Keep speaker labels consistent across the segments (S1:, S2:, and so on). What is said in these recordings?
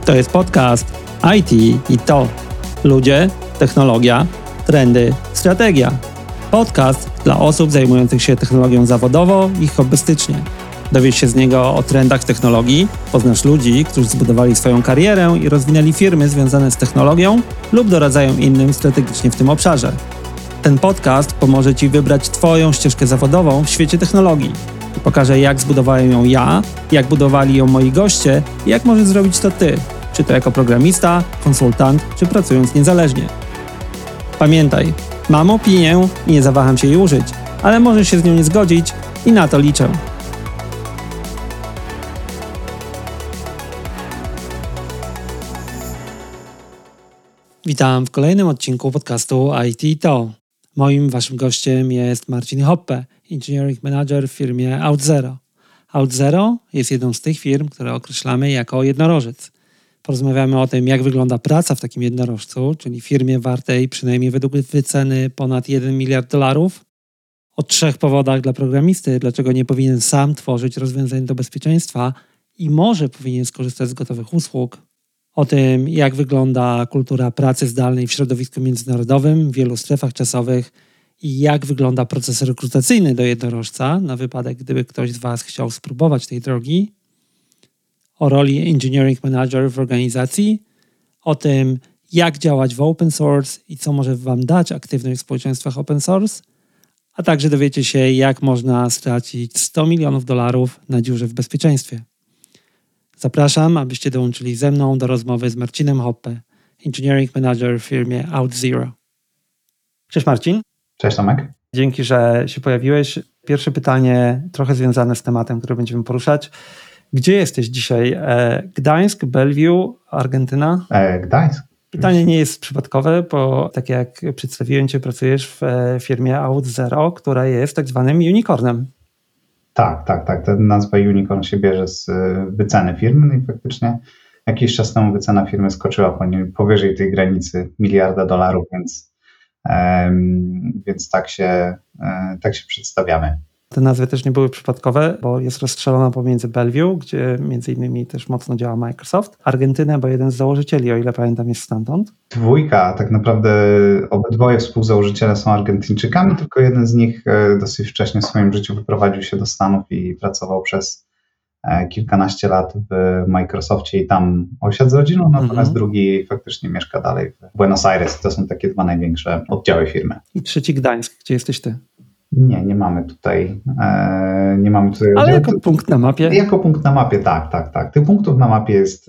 S1: To jest podcast IT i to. Ludzie, technologia, trendy, strategia. Podcast dla osób zajmujących się technologią zawodowo i hobbystycznie. Dowiesz się z niego o trendach technologii, poznasz ludzi, którzy zbudowali swoją karierę i rozwinęli firmy związane z technologią lub doradzają innym strategicznie w tym obszarze. Ten podcast pomoże Ci wybrać Twoją ścieżkę zawodową w świecie technologii. Pokażę, jak zbudowałem ją ja, jak budowali ją moi goście i jak możesz zrobić to Ty, czy to jako programista, konsultant, czy pracując niezależnie. Pamiętaj, mam opinię i nie zawaham się jej użyć, ale możesz się z nią nie zgodzić i na to liczę. Witam w kolejnym odcinku podcastu IT to. Moim waszym gościem jest Marcin Hoppe, Engineering Manager w firmie OutZero. OutZero jest jedną z tych firm, które określamy jako jednorożec. Porozmawiamy o tym, jak wygląda praca w takim jednorożcu, czyli firmie wartej przynajmniej według wyceny ponad $1 miliard. O 3 powodach dla programisty, dlaczego nie powinien sam tworzyć rozwiązań do bezpieczeństwa i może powinien skorzystać z gotowych usług. O tym, jak wygląda kultura pracy zdalnej w środowisku międzynarodowym, w wielu strefach czasowych i jak wygląda proces rekrutacyjny do jednorożca, na wypadek, gdyby ktoś z Was chciał spróbować tej drogi. O roli Engineering Manager w organizacji, o tym, jak działać w open source i co może Wam dać aktywność w społeczeństwach open source, a także dowiecie się, jak można stracić $100 milionów na dziurze w bezpieczeństwie. Zapraszam, abyście dołączyli ze mną do rozmowy z Marcinem Hoppe, Engineering Manager w firmie OutZero. Cześć Marcin.
S2: Cześć Tomek.
S1: Dzięki, że się pojawiłeś. Pierwsze pytanie trochę związane z tematem, który będziemy poruszać. Gdzie jesteś dzisiaj? Gdańsk, Bellevue, Argentyna?
S2: Gdańsk.
S1: Pytanie nie jest przypadkowe, bo tak jak przedstawiłem Cię, pracujesz w firmie OutZero, która jest tak zwanym unicornem.
S2: Tak. Ta nazwa unicorn się bierze z wyceny firmy, no i faktycznie jakiś czas temu wycena firmy skoczyła powyżej tej granicy $1 miliarda, więc tak się przedstawiamy.
S1: Te nazwy też nie były przypadkowe, bo jest rozstrzelona pomiędzy Bellevue, gdzie między innymi też mocno działa Microsoft, Argentynę, bo jeden z założycieli, o ile pamiętam, jest stamtąd.
S2: Dwójka, tak naprawdę obydwoje współzałożyciele są Argentyńczykami, tylko jeden z nich dosyć wcześnie w swoim życiu wyprowadził się do Stanów i pracował przez kilkanaście lat w Microsoftie i tam osiadł z rodziną, natomiast drugi faktycznie mieszka dalej w Buenos Aires. To są takie dwa największe oddziały firmy.
S1: I trzeci Gdańsk, gdzie jesteś ty?
S2: Nie mamy tutaj.
S1: Ale jako punkt na mapie?
S2: Jako punkt na mapie, tak. Tych punktów na mapie jest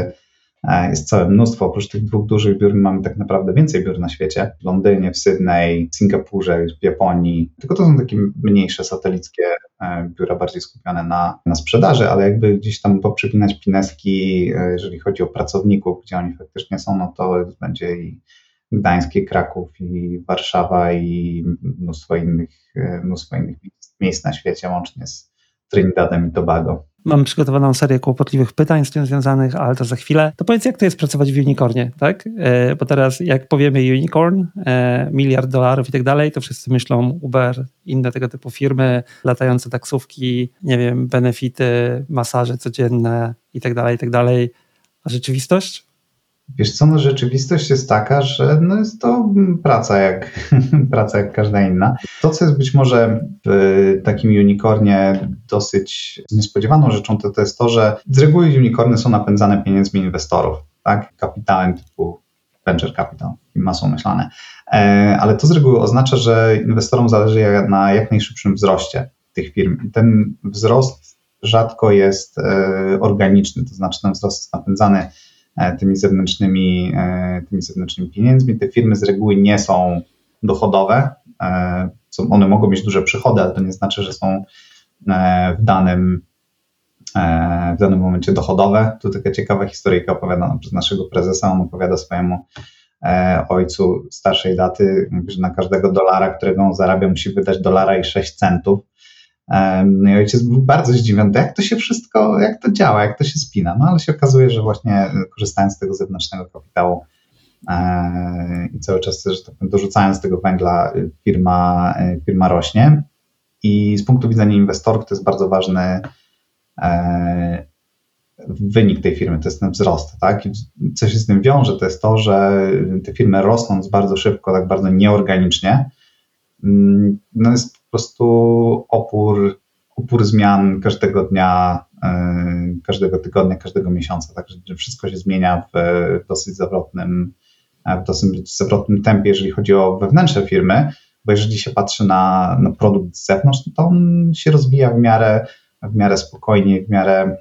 S2: całe mnóstwo. Oprócz tych 2 dużych biur mamy tak naprawdę więcej biur na świecie. W Londynie, w Sydney, w Singapurze, w Japonii. Tylko to są takie mniejsze satelickie biura, bardziej skupione na sprzedaży, ale jakby gdzieś tam poprzypinać pineski, jeżeli chodzi o pracowników, gdzie oni faktycznie są, no to będzie i Gdańsk, i Kraków, i Warszawa, i mnóstwo innych miejsc na świecie, łącznie z Trinidadem i Tobago.
S1: Mam przygotowaną serię kłopotliwych pytań z tym związanych, ale to za chwilę. To powiedz, jak to jest pracować w unicornie, tak? Bo teraz jak powiemy unicorn, $1 miliard i tak dalej, to wszyscy myślą Uber, inne tego typu firmy, latające taksówki, nie wiem, benefity, masaże codzienne i tak dalej. A rzeczywistość?
S2: Wiesz co, rzeczywistość jest taka, że jest to praca jak każda inna. To, co jest być może w takim unicornie dosyć niespodziewaną rzeczą, to jest to, że z reguły unicorny są napędzane pieniędzmi inwestorów, tak? Kapitałem typu venture capital i masą myślane. Ale to z reguły oznacza, że inwestorom zależy na jak najszybszym wzroście tych firm. I ten wzrost rzadko jest organiczny, to znaczy ten wzrost jest napędzany tymi zewnętrznymi pieniędzmi. Te firmy z reguły nie są dochodowe. One mogą mieć duże przychody, ale to nie znaczy, że są w danym momencie dochodowe. Tu taka ciekawa historyjka opowiadana przez naszego prezesa. On opowiada swojemu ojcu starszej daty, że na każdego $1, którego on zarabia, musi wydać $1.06. No i ojciec był bardzo zdziwiony, jak to się wszystko, jak to działa, jak to się spina. No ale się okazuje, że właśnie korzystając z tego zewnętrznego kapitału i cały czas też dorzucając tego węgla firma rośnie. I z punktu widzenia inwestorów to jest bardzo ważny wynik tej firmy, to jest ten wzrost, tak? I co się z tym wiąże, to jest to, że te firmy rosnąc bardzo szybko, tak bardzo nieorganicznie, no jest po prostu opór zmian każdego dnia, każdego tygodnia, każdego miesiąca, tak? Że wszystko się zmienia w dosyć zawrotnym tempie, jeżeli chodzi o wewnętrzne firmy, bo jeżeli się patrzy na produkt z zewnątrz, to on się rozwija w miarę spokojnie, w miarę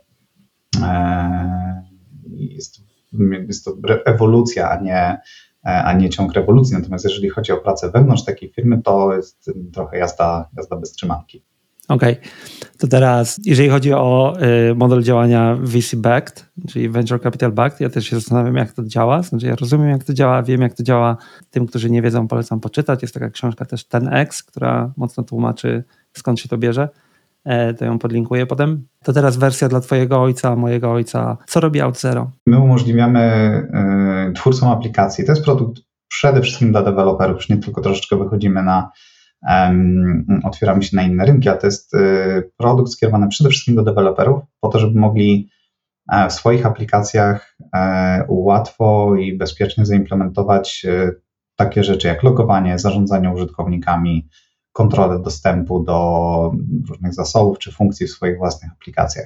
S2: jest to ewolucja, a nie ciąg rewolucji. Natomiast jeżeli chodzi o pracę wewnątrz takiej firmy, to jest trochę jazda bez trzymanki.
S1: Okej. To teraz, jeżeli chodzi o model działania VC-backed, czyli Venture Capital Backed, ja też się zastanawiam, jak to działa. Znaczy, ja rozumiem, jak to działa, wiem, jak to działa. Tym, którzy nie wiedzą, polecam poczytać. Jest taka książka też 10X, która mocno tłumaczy, skąd się to bierze. To ją podlinkuję potem. To teraz wersja dla twojego ojca, mojego ojca. Co robi OutZero?
S2: My umożliwiamy twórcom aplikacji. To jest produkt przede wszystkim dla deweloperów, już nie tylko troszeczkę wychodzimy otwieramy się na inne rynki, ale to jest produkt skierowany przede wszystkim do deweloperów, po to, żeby mogli w swoich aplikacjach łatwo i bezpiecznie zaimplementować takie rzeczy jak logowanie, zarządzanie użytkownikami, kontrolę dostępu do różnych zasobów czy funkcji w swoich własnych aplikacjach.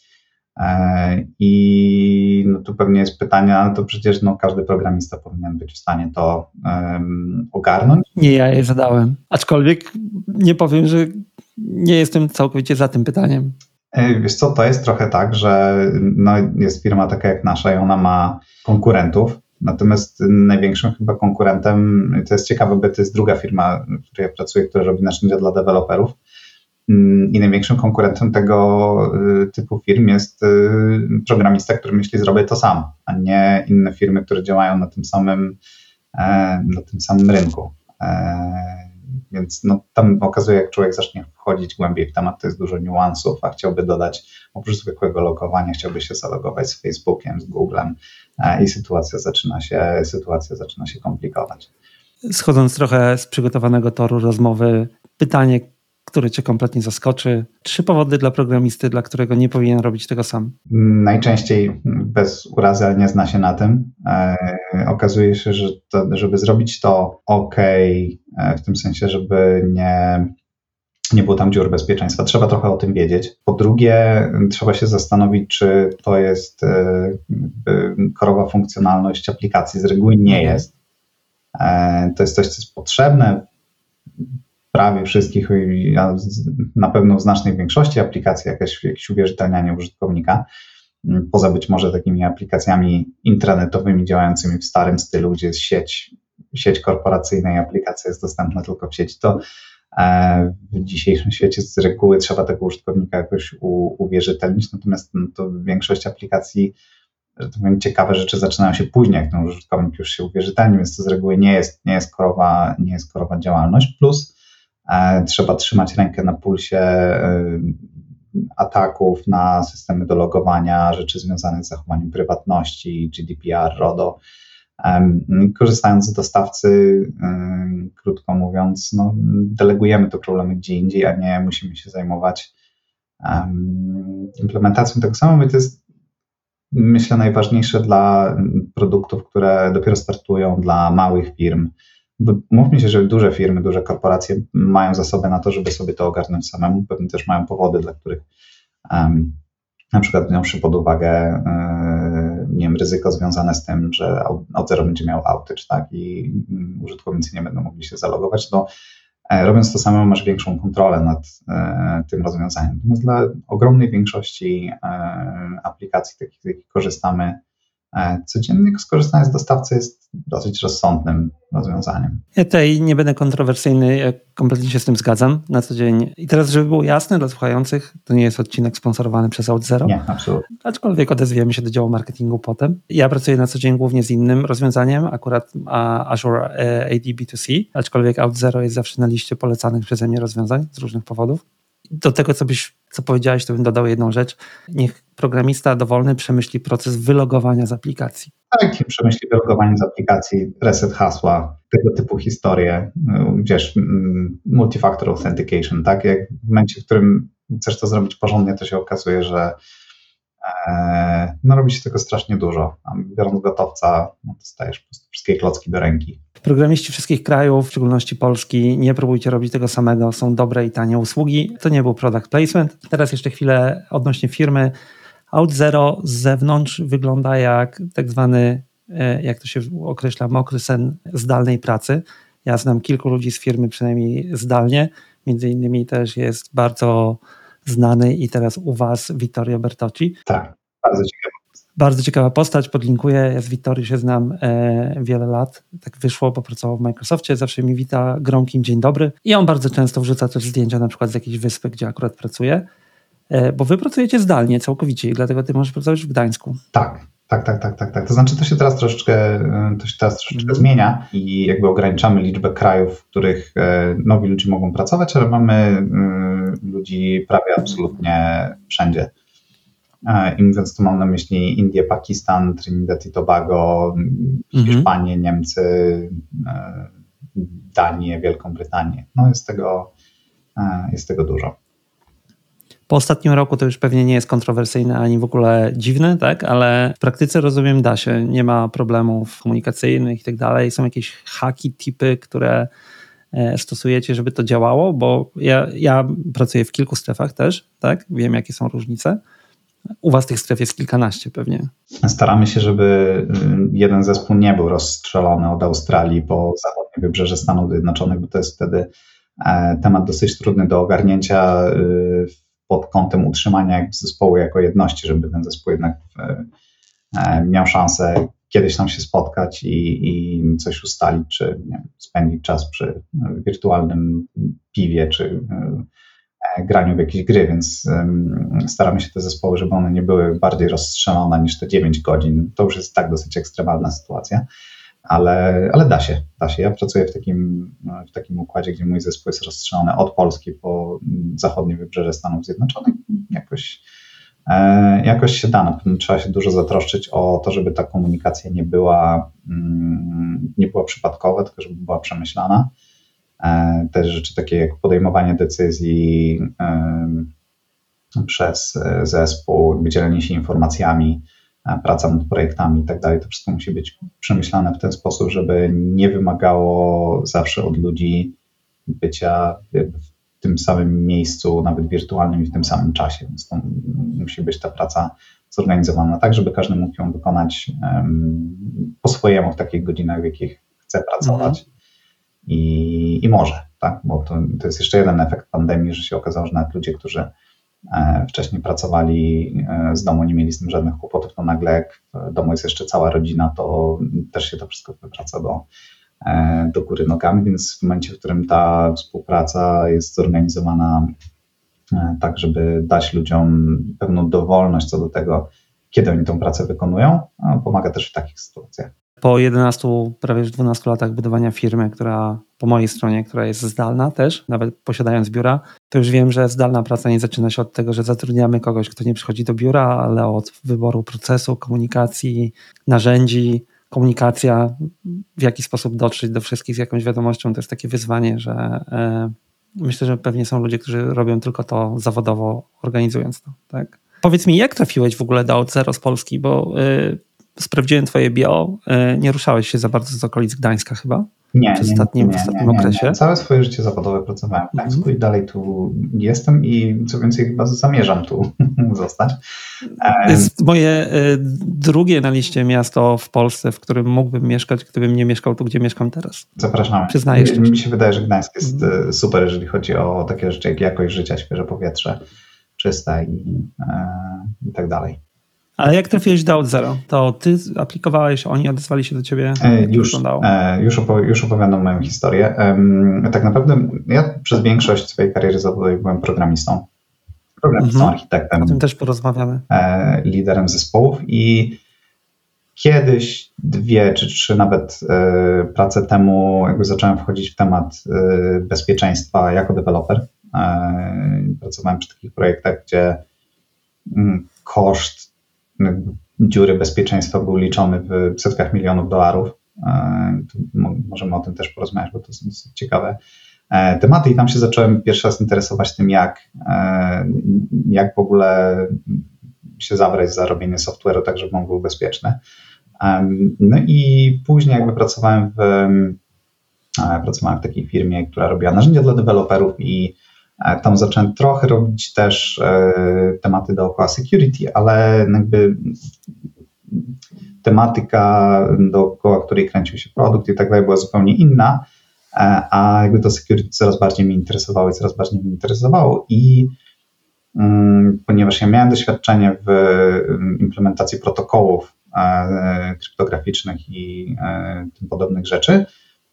S2: I tu pewnie jest pytanie, ale to przecież każdy programista powinien być w stanie to ogarnąć.
S1: Nie, ja je zadałem. Aczkolwiek nie powiem, że nie jestem całkowicie za tym pytaniem.
S2: Wiesz co, to jest trochę tak, że jest firma taka jak nasza i ona ma konkurentów, natomiast największym chyba konkurentem, to jest ciekawe, bo to jest druga firma, w której ja pracuję, która robi narzędzia dla deweloperów. I największym konkurentem tego typu firm jest programista, który myśli, zrobię to sam, a nie inne firmy, które działają na tym samym rynku. Więc tam okazuje, jak człowiek zacznie wchodzić głębiej w temat, to jest dużo niuansów, a chciałby dodać, oprócz zwykłego logowania, chciałby się zalogować z Facebookiem, z Googlem i sytuacja zaczyna się komplikować.
S1: Schodząc trochę z przygotowanego toru rozmowy, pytanie, które cię kompletnie zaskoczy. 3 powody dla programisty, dla którego nie powinien robić tego sam.
S2: Najczęściej, bez urazy, ale nie zna się na tym, okazuje się, że żeby zrobić to w tym sensie, żeby nie było tam dziur bezpieczeństwa, trzeba trochę o tym wiedzieć. Po drugie, trzeba się zastanowić, czy to jest korowa funkcjonalność aplikacji. Z reguły nie jest. To jest coś, co jest potrzebne prawie wszystkich, na pewno w znacznej większości aplikacji jakieś uwierzytelnianie użytkownika, poza być może takimi aplikacjami intranetowymi działającymi w starym stylu, gdzie jest sieć korporacyjna i aplikacja jest dostępna tylko w sieci, to w dzisiejszym świecie z reguły trzeba tego użytkownika jakoś uwierzytelnić, natomiast to większość aplikacji, że to powiem, ciekawe rzeczy zaczynają się później, jak ten użytkownik już się uwierzytelni, więc to z reguły nie jest korowa działalność, plus trzeba trzymać rękę na pulsie ataków na systemy do logowania, rzeczy związanych z zachowaniem prywatności, GDPR, RODO. Korzystając z dostawcy, krótko mówiąc, delegujemy te problemy gdzie indziej, a nie musimy się zajmować implementacją tego samego. I to jest, myślę, najważniejsze dla produktów, które dopiero startują, dla małych firm. Mówmy się, że duże firmy, duże korporacje mają zasoby na to, żeby sobie to ogarnąć samemu. Pewnie też mają powody, dla których na przykład wziąwszy pod uwagę ryzyko związane z tym, że OutZero będzie miał outage, tak, i użytkownicy nie będą mogli się zalogować, to robiąc to samemu masz większą kontrolę nad tym rozwiązaniem. Natomiast dla ogromnej większości aplikacji, takich korzystamy codziennie, skorzystanie z dostawcy jest dosyć rozsądnym rozwiązaniem.
S1: Ja tutaj nie będę kontrowersyjny, ja kompletnie się z tym zgadzam na co dzień. I teraz, żeby było jasne dla słuchających, to nie jest odcinek sponsorowany przez OutZero.
S2: Nie, absolutnie.
S1: Aczkolwiek odezwiemy się do działu marketingu potem. Ja pracuję na co dzień głównie z innym rozwiązaniem, akurat Azure AD B2C, aczkolwiek OutZero jest zawsze na liście polecanych przeze mnie rozwiązań z różnych powodów. Do tego, co powiedziałeś, to bym dodał jedną rzecz. Niech programista dowolny przemyśli proces wylogowania z aplikacji.
S2: Tak, przemyśli wylogowanie z aplikacji, reset hasła, tego typu historie, wiesz, multi-factor authentication, tak? Jak w momencie, w którym chcesz to zrobić porządnie, to się okazuje, że No robi się tego strasznie dużo. Biorąc gotowca, no, dostajesz po prostu wszystkie klocki do ręki.
S1: Programiści wszystkich krajów, w szczególności Polski, nie próbujcie robić tego samego. Są dobre i tanie usługi. To nie był product placement. Teraz jeszcze chwilę odnośnie firmy. OutZero z zewnątrz wygląda jak tak zwany, jak to się określa, mokry sen zdalnej pracy. Ja znam kilku ludzi z firmy przynajmniej zdalnie. Między innymi też jest bardzo znany i teraz u was Vittorio Bertocci.
S2: Tak, bardzo ciekawe.
S1: Bardzo ciekawa postać, podlinkuję. Ja z Vittorio się znam wiele lat. Tak wyszło, bo pracował w Microsoftie. Zawsze mi wita gromkim dzień dobry. I on bardzo często wrzuca też zdjęcia na przykład z jakiejś wyspy, gdzie akurat pracuje. Bo wy pracujecie zdalnie całkowicie i dlatego ty możesz pracować w Gdańsku.
S2: Tak. To znaczy to się teraz troszeczkę zmienia i jakby ograniczamy liczbę krajów, w których nowi ludzie mogą pracować, ale mamy ludzi prawie absolutnie wszędzie. I mówiąc tu mam na myśli Indię, Pakistan, Trinidad i Tobago, Hiszpanię, Niemcy, Danię, Wielką Brytanię. No jest tego dużo.
S1: Po ostatnim roku to już pewnie nie jest kontrowersyjne ani w ogóle dziwne, tak? Ale w praktyce rozumiem da się, nie ma problemów komunikacyjnych i tak dalej. Są jakieś haki, tipy, które stosujecie, żeby to działało, bo ja pracuję w kilku strefach też, tak? Wiem, jakie są różnice. U was tych stref jest kilkanaście pewnie.
S2: Staramy się, żeby jeden zespół nie był rozstrzelony od Australii po zachodnie wybrzeże Stanów Zjednoczonych, bo to jest wtedy temat dosyć trudny do ogarnięcia pod kątem utrzymania zespołu jako jedności, żeby ten zespół jednak miał szansę kiedyś tam się spotkać i coś ustalić, czy nie wiem, spędzić czas przy wirtualnym piwie, czy graniu w jakieś gry, więc staramy się te zespoły, żeby one nie były bardziej rozstrzelone niż te 9 godzin. To już jest tak dosyć ekstremalna sytuacja, ale da się. Ja pracuję w takim układzie, gdzie mój zespół jest rozstrzelony od Polski po zachodnie wybrzeże Stanów Zjednoczonych. Jakoś się da. Na pewno trzeba się dużo zatroszczyć o to, żeby ta komunikacja nie była przypadkowa, tylko żeby była przemyślana. Też rzeczy takie jak podejmowanie decyzji przez zespół, dzielenie się informacjami, praca nad projektami i tak dalej. To wszystko musi być przemyślane w ten sposób, żeby nie wymagało zawsze od ludzi bycia w tym samym miejscu, nawet wirtualnym i w tym samym czasie. Więc to musi być ta praca zorganizowana tak, żeby każdy mógł ją wykonać po swojemu w takich godzinach, w jakich chce pracować. I może, tak? Bo to jest jeszcze jeden efekt pandemii, że się okazało, że nawet ludzie, którzy wcześniej pracowali z domu, nie mieli z tym żadnych kłopotów, to nagle jak w domu jest jeszcze cała rodzina, to też się to wszystko wywraca do góry nogami, więc w momencie, w którym ta współpraca jest zorganizowana tak, żeby dać ludziom pewną dowolność co do tego, kiedy oni tą pracę wykonują, pomaga też w takich sytuacjach.
S1: Po 11, prawie już 12 latach budowania firmy, która po mojej stronie, która jest zdalna też, nawet posiadając biura, to już wiem, że zdalna praca nie zaczyna się od tego, że zatrudniamy kogoś, kto nie przychodzi do biura, ale od wyboru procesu, komunikacji, narzędzi. Komunikacja, w jaki sposób dotrzeć do wszystkich z jakąś wiadomością, to jest takie wyzwanie, że myślę, że pewnie są ludzie, którzy robią tylko to zawodowo, organizując to. Tak? Powiedz mi, jak trafiłeś w ogóle do OutZero z Polski, bo sprawdziłem twoje bio, nie ruszałeś się za bardzo z okolic Gdańska chyba? W ostatnim okresie?
S2: Nie. Całe swoje życie zawodowe pracowałem w Gdańsku i dalej tu jestem i co więcej chyba zamierzam tu zostać.
S1: Jest moje drugie na liście miasto w Polsce, w którym mógłbym mieszkać, gdybym nie mieszkał tu, gdzie mieszkam teraz.
S2: Zapraszamy.
S1: Przyznaję się.
S2: Mi się wydaje, że Gdańsk jest super, jeżeli chodzi o takie rzeczy jak jakość życia, świeże powietrze, czyste i tak dalej.
S1: Ale jak trafiłeś do OutZero, to ty aplikowałeś, oni odezwali się do ciebie?
S2: Już opowiadam moją historię. Tak naprawdę ja przez większość swojej kariery zawodowej byłem programistą, architektem.
S1: O tym też porozmawiamy.
S2: Liderem zespołów i kiedyś 2 czy 3 nawet prace temu jakby zacząłem wchodzić w temat bezpieczeństwa jako deweloper. Pracowałem przy takich projektach, gdzie koszt dziury bezpieczeństwa był liczony w setkach milionów dolarów. Możemy o tym też porozmawiać, bo to są dosyć ciekawe tematy i tam się zacząłem pierwszy raz interesować tym, jak w ogóle się zabrać za robienie software'u tak, żeby on był bezpieczny. No i później jakby pracowałem w takiej firmie, która robiła narzędzia dla deweloperów i tam zacząłem trochę robić też tematy dookoła security, ale jakby tematyka dookoła której kręcił się produkt i tak dalej była zupełnie inna, a jakby to security coraz bardziej mnie interesowało i ponieważ ja miałem doświadczenie w implementacji protokołów kryptograficznych i tym podobnych rzeczy,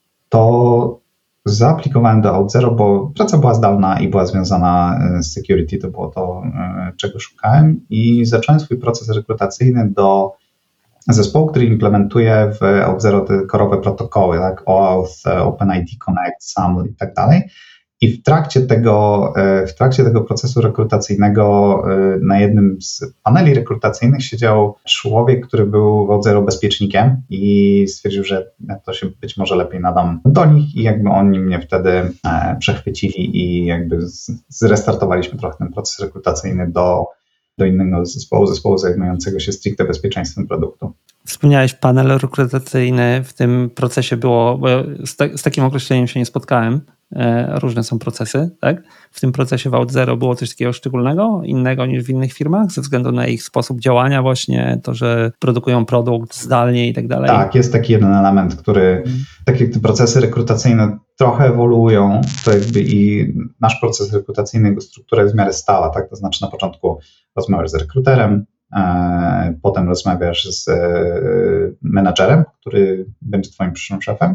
S2: to zaaplikowałem do OutZero, bo praca była zdalna i była związana z security, to było to, czego szukałem i zacząłem swój proces rekrutacyjny do zespołu, który implementuje w OutZero te korowe protokoły, tak, OAuth, OpenID Connect, SAML i tak dalej. I w trakcie tego procesu rekrutacyjnego na jednym z paneli rekrutacyjnych siedział człowiek, który był w OutZero bezpiecznikiem i stwierdził, że to się być może lepiej nadam do nich i jakby oni mnie wtedy przechwycili i jakby zrestartowaliśmy trochę ten proces rekrutacyjny do innego zespołu zajmującego się stricte bezpieczeństwem produktu.
S1: Wspomniałeś panel rekrutacyjny, w tym procesie było, bo z takim określeniem się nie spotkałem, różne są procesy, tak? W tym procesie w OutZero było coś takiego szczególnego, innego niż w innych firmach, ze względu na ich sposób działania właśnie, to, że produkują produkt zdalnie i tak dalej?
S2: Tak, jest taki jeden element, który, tak jak te procesy rekrutacyjne trochę ewoluują, to jakby i nasz proces rekrutacyjny, jego struktura jest w miarę stała, tak? To znaczy na początku rozmawiasz z rekruterem, potem rozmawiasz z menadżerem, który będzie twoim przyszłym szefem,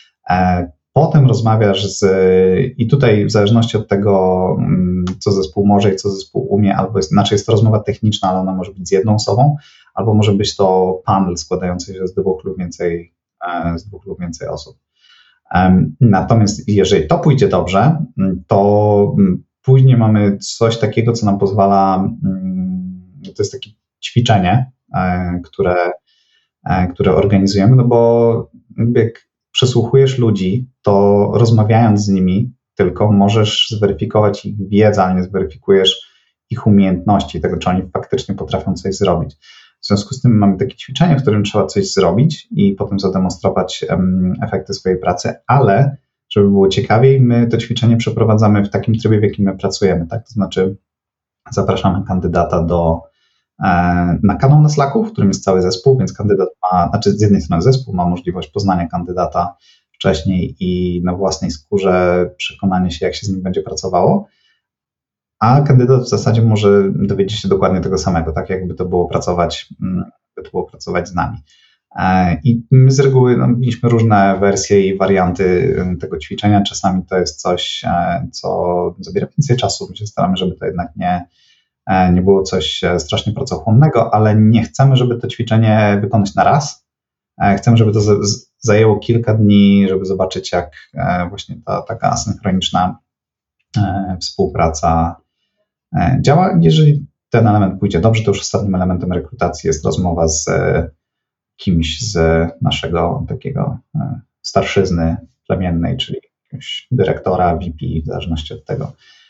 S2: potem rozmawiasz i tutaj w zależności od tego, co zespół może i co zespół umie, albo jest to rozmowa techniczna, ale ona może być z jedną osobą, albo może być to panel składający się z dwóch lub więcej osób. Natomiast jeżeli to pójdzie dobrze, to później mamy coś takiego, co nam pozwala, to jest takie ćwiczenie, które organizujemy, no bo jak przesłuchujesz ludzi, to rozmawiając z nimi tylko możesz zweryfikować ich wiedzę, ale nie zweryfikujesz ich umiejętności, tego, czy oni faktycznie potrafią coś zrobić. W związku z tym mamy takie ćwiczenie, w którym trzeba coś zrobić i potem zademonstrować efekty swojej pracy, ale żeby było ciekawiej, my to ćwiczenie przeprowadzamy w takim trybie, w jakim my pracujemy, tak? To znaczy zapraszamy kandydata na kanał na Slacku, w którym jest cały zespół, więc kandydat z jednej strony zespół ma możliwość poznania kandydata wcześniej i na własnej skórze przekonanie się, jak się z nim będzie pracowało, a kandydat w zasadzie może dowiedzieć się dokładnie tego samego, tak jakby to było pracować z nami. I my z reguły mieliśmy różne wersje i warianty tego ćwiczenia. Czasami to jest coś, co zabiera więcej czasu. My się staramy, żeby to jednak nie było coś strasznie pracochłonnego, ale nie chcemy, żeby to ćwiczenie wykonać na raz. Chcemy, żeby to zajęło kilka dni, żeby zobaczyć, jak właśnie ta taka asynchroniczna współpraca działa. Jeżeli ten element pójdzie dobrze, to już ostatnim elementem rekrutacji jest rozmowa z kimś z naszego takiego starszyzny plemiennej, czyli jakiegoś dyrektora, VP, w zależności od tego,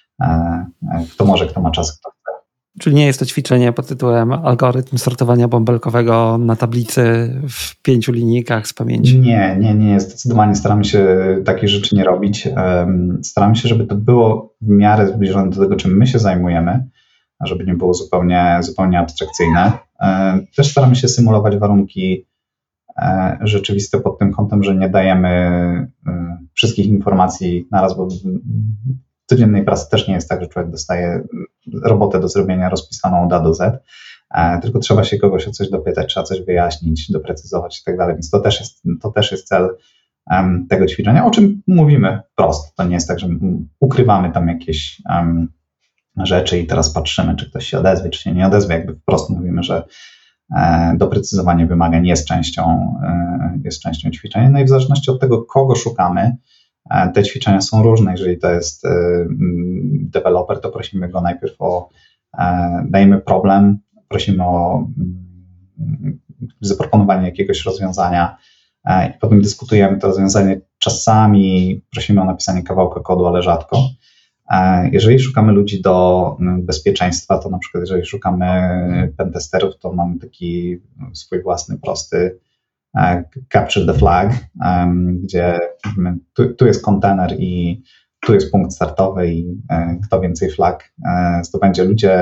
S2: kto może, kto ma czas, kto chce.
S1: Czyli nie jest to ćwiczenie pod tytułem algorytm sortowania bąbelkowego na tablicy w 5 linijkach z pamięci?
S2: Nie. Zdecydowanie staramy się takich rzeczy nie robić. Staramy się, żeby to było w miarę zbliżone do tego, czym my się zajmujemy, a żeby nie było zupełnie abstrakcyjne. Też staramy się symulować warunki rzeczywiste pod tym kątem, że nie dajemy wszystkich informacji naraz, bo w codziennej pracy też nie jest tak, że człowiek dostaje robotę do zrobienia rozpisaną od A do Z, tylko trzeba się kogoś o coś dopytać, trzeba coś wyjaśnić, doprecyzować i tak dalej, więc to też jest cel tego ćwiczenia, o czym mówimy wprost. To nie jest tak, że ukrywamy tam jakieś rzeczy i teraz patrzymy, czy ktoś się odezwie, czy się nie odezwie, jakby wprost mówimy, że doprecyzowanie wymagań jest częścią ćwiczenia, no i w zależności od tego, kogo szukamy, te ćwiczenia są różne. Jeżeli to jest deweloper, to prosimy go najpierw dajemy problem, prosimy o zaproponowanie jakiegoś rozwiązania i potem dyskutujemy to rozwiązanie. Czasami prosimy o napisanie kawałka kodu, ale rzadko. Jeżeli szukamy ludzi do bezpieczeństwa, to na przykład jeżeli szukamy pentesterów, to mamy taki swój własny prosty capture the flag, gdzie tu jest kontener i tu jest punkt startowy i kto więcej flag zdobędzie.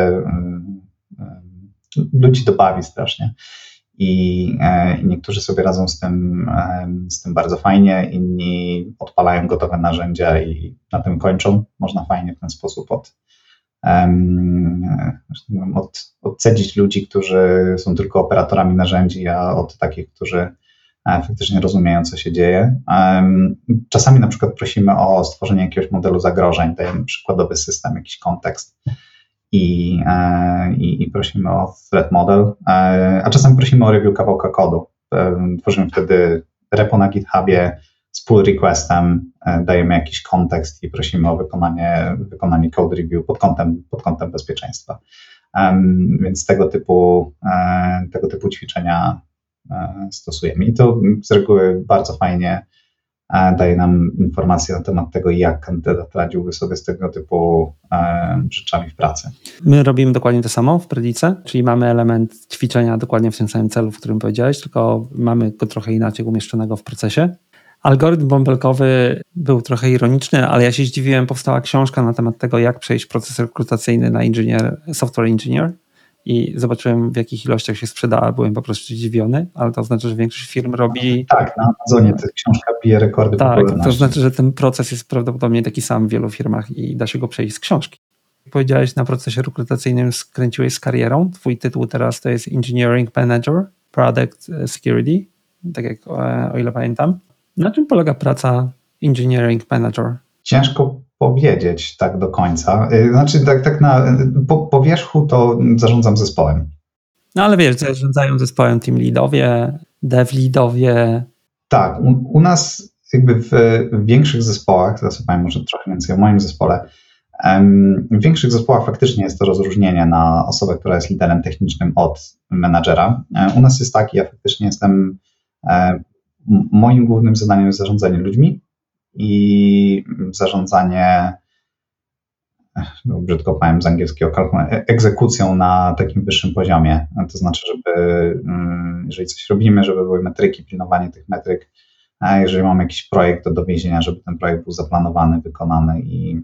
S2: Ludzi dobawi strasznie i niektórzy sobie radzą z tym bardzo fajnie, inni odpalają gotowe narzędzia i na tym kończą. Można fajnie w ten sposób odcedzić ludzi, którzy są tylko operatorami narzędzi, a od takich, którzy faktycznie rozumieją, co się dzieje. Czasami na przykład prosimy o stworzenie jakiegoś modelu zagrożeń, dajemy przykładowy system, jakiś kontekst i prosimy o threat model, a czasami prosimy o review kawałka kodu. Tworzymy wtedy repo na GitHubie z pull requestem, dajemy jakiś kontekst i prosimy o wykonanie code review pod kątem bezpieczeństwa. Więc tego typu ćwiczenia stosujemy. I to z reguły bardzo fajnie daje nam informacje na temat tego, jak kandydat radziłby sobie z tego typu rzeczami w pracy.
S1: My robimy dokładnie to samo w Predice, czyli mamy element ćwiczenia dokładnie w tym samym celu, w którym powiedziałeś, tylko mamy go trochę inaczej umieszczonego w procesie. Algorytm bąbelkowy był trochę ironiczny, ale ja się zdziwiłem, powstała książka na temat tego, jak przejść proces rekrutacyjny na software engineer i zobaczyłem, w jakich ilościach się sprzedała. Byłem po prostu zdziwiony, ale to znaczy, że większość firm robi...
S2: Tak, na Amazonie ta książka bije rekordy popularności.
S1: Tak, to znaczy, że ten proces jest prawdopodobnie taki sam w wielu firmach i da się go przejść z książki. Jak powiedziałeś, na procesie rekrutacyjnym skręciłeś z karierą. Twój tytuł teraz to jest Engineering Manager, Product Security, tak jak o ile pamiętam. Na czym polega praca Engineering Manager?
S2: Ciężko powiedzieć tak do końca. Znaczy tak po wierzchu to zarządzam zespołem.
S1: No ale wiesz, zarządzają zespołem team leadowie, dev leadowie.
S2: Tak, u nas jakby w większych zespołach, teraz powiem może trochę więcej o moim zespole, w większych zespołach faktycznie jest to rozróżnienie na osobę, która jest liderem technicznym od menadżera. U nas jest tak, ja faktycznie jestem, moim głównym zadaniem jest zarządzanie ludźmi i zarządzanie, brzydko powiem z angielskiego, egzekucją na takim wyższym poziomie. To znaczy, jeżeli coś robimy, żeby były metryki, pilnowanie tych metryk, a jeżeli mamy jakiś projekt do dowiezienia, żeby ten projekt był zaplanowany, wykonany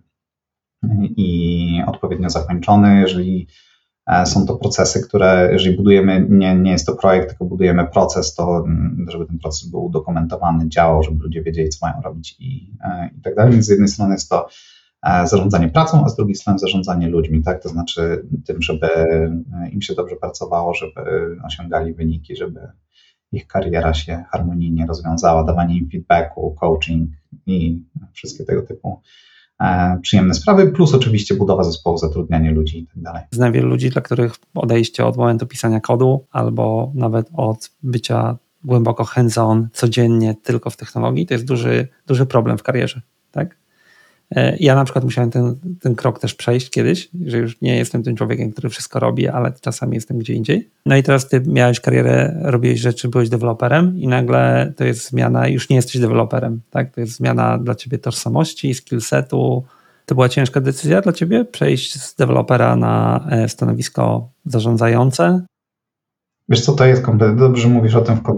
S2: i odpowiednio zakończony. Jeżeli są to procesy, jeżeli budujemy, nie jest to projekt, tylko budujemy proces, to żeby ten proces był udokumentowany, działał, żeby ludzie wiedzieli, co mają robić i tak dalej. Więc z jednej strony jest to zarządzanie pracą, a z drugiej strony zarządzanie ludźmi, tak? To znaczy tym, żeby im się dobrze pracowało, żeby osiągali wyniki, żeby ich kariera się harmonijnie rozwiązała, dawanie im feedbacku, coaching i wszystkie tego typu przyjemne sprawy, plus oczywiście budowa zespołu, zatrudnianie ludzi i tak dalej.
S1: Znam wielu ludzi, dla których odejście od momentu pisania kodu albo nawet od bycia głęboko hands-on codziennie tylko w technologii, to jest duży problem w karierze, tak? Ja na przykład musiałem ten krok też przejść kiedyś, że już nie jestem tym człowiekiem, który wszystko robi, ale czasami jestem gdzie indziej. No i teraz ty miałeś karierę, robiłeś rzeczy, byłeś deweloperem i nagle to jest zmiana, już nie jesteś deweloperem, tak? To jest zmiana dla ciebie tożsamości, skillsetu. To była ciężka decyzja dla ciebie, przejść z dewelopera na stanowisko zarządzające?
S2: Wiesz co, to jest kompletnie, dobrze mówisz o tym w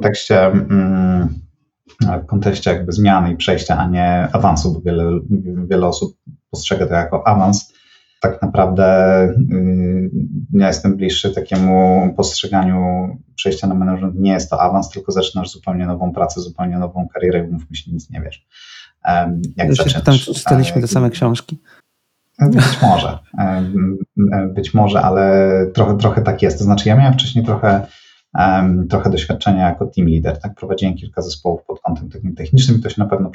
S2: kontekście jakby zmiany i przejścia, a nie awansu, bo wiele osób postrzega to jako awans. Tak naprawdę ja jestem bliższy takiemu postrzeganiu przejścia na management. Nie jest to awans, tylko zaczynasz zupełnie nową pracę, zupełnie nową karierę i mówmy się, nic nie wiesz.
S1: Jak zaczynasz, tam czytaliśmy te same książki.
S2: Być może, ale trochę tak jest. To znaczy ja miałem wcześniej trochę doświadczenia jako team leader, tak? Prowadziłem kilka zespołów pod kątem takim technicznym i to się na pewno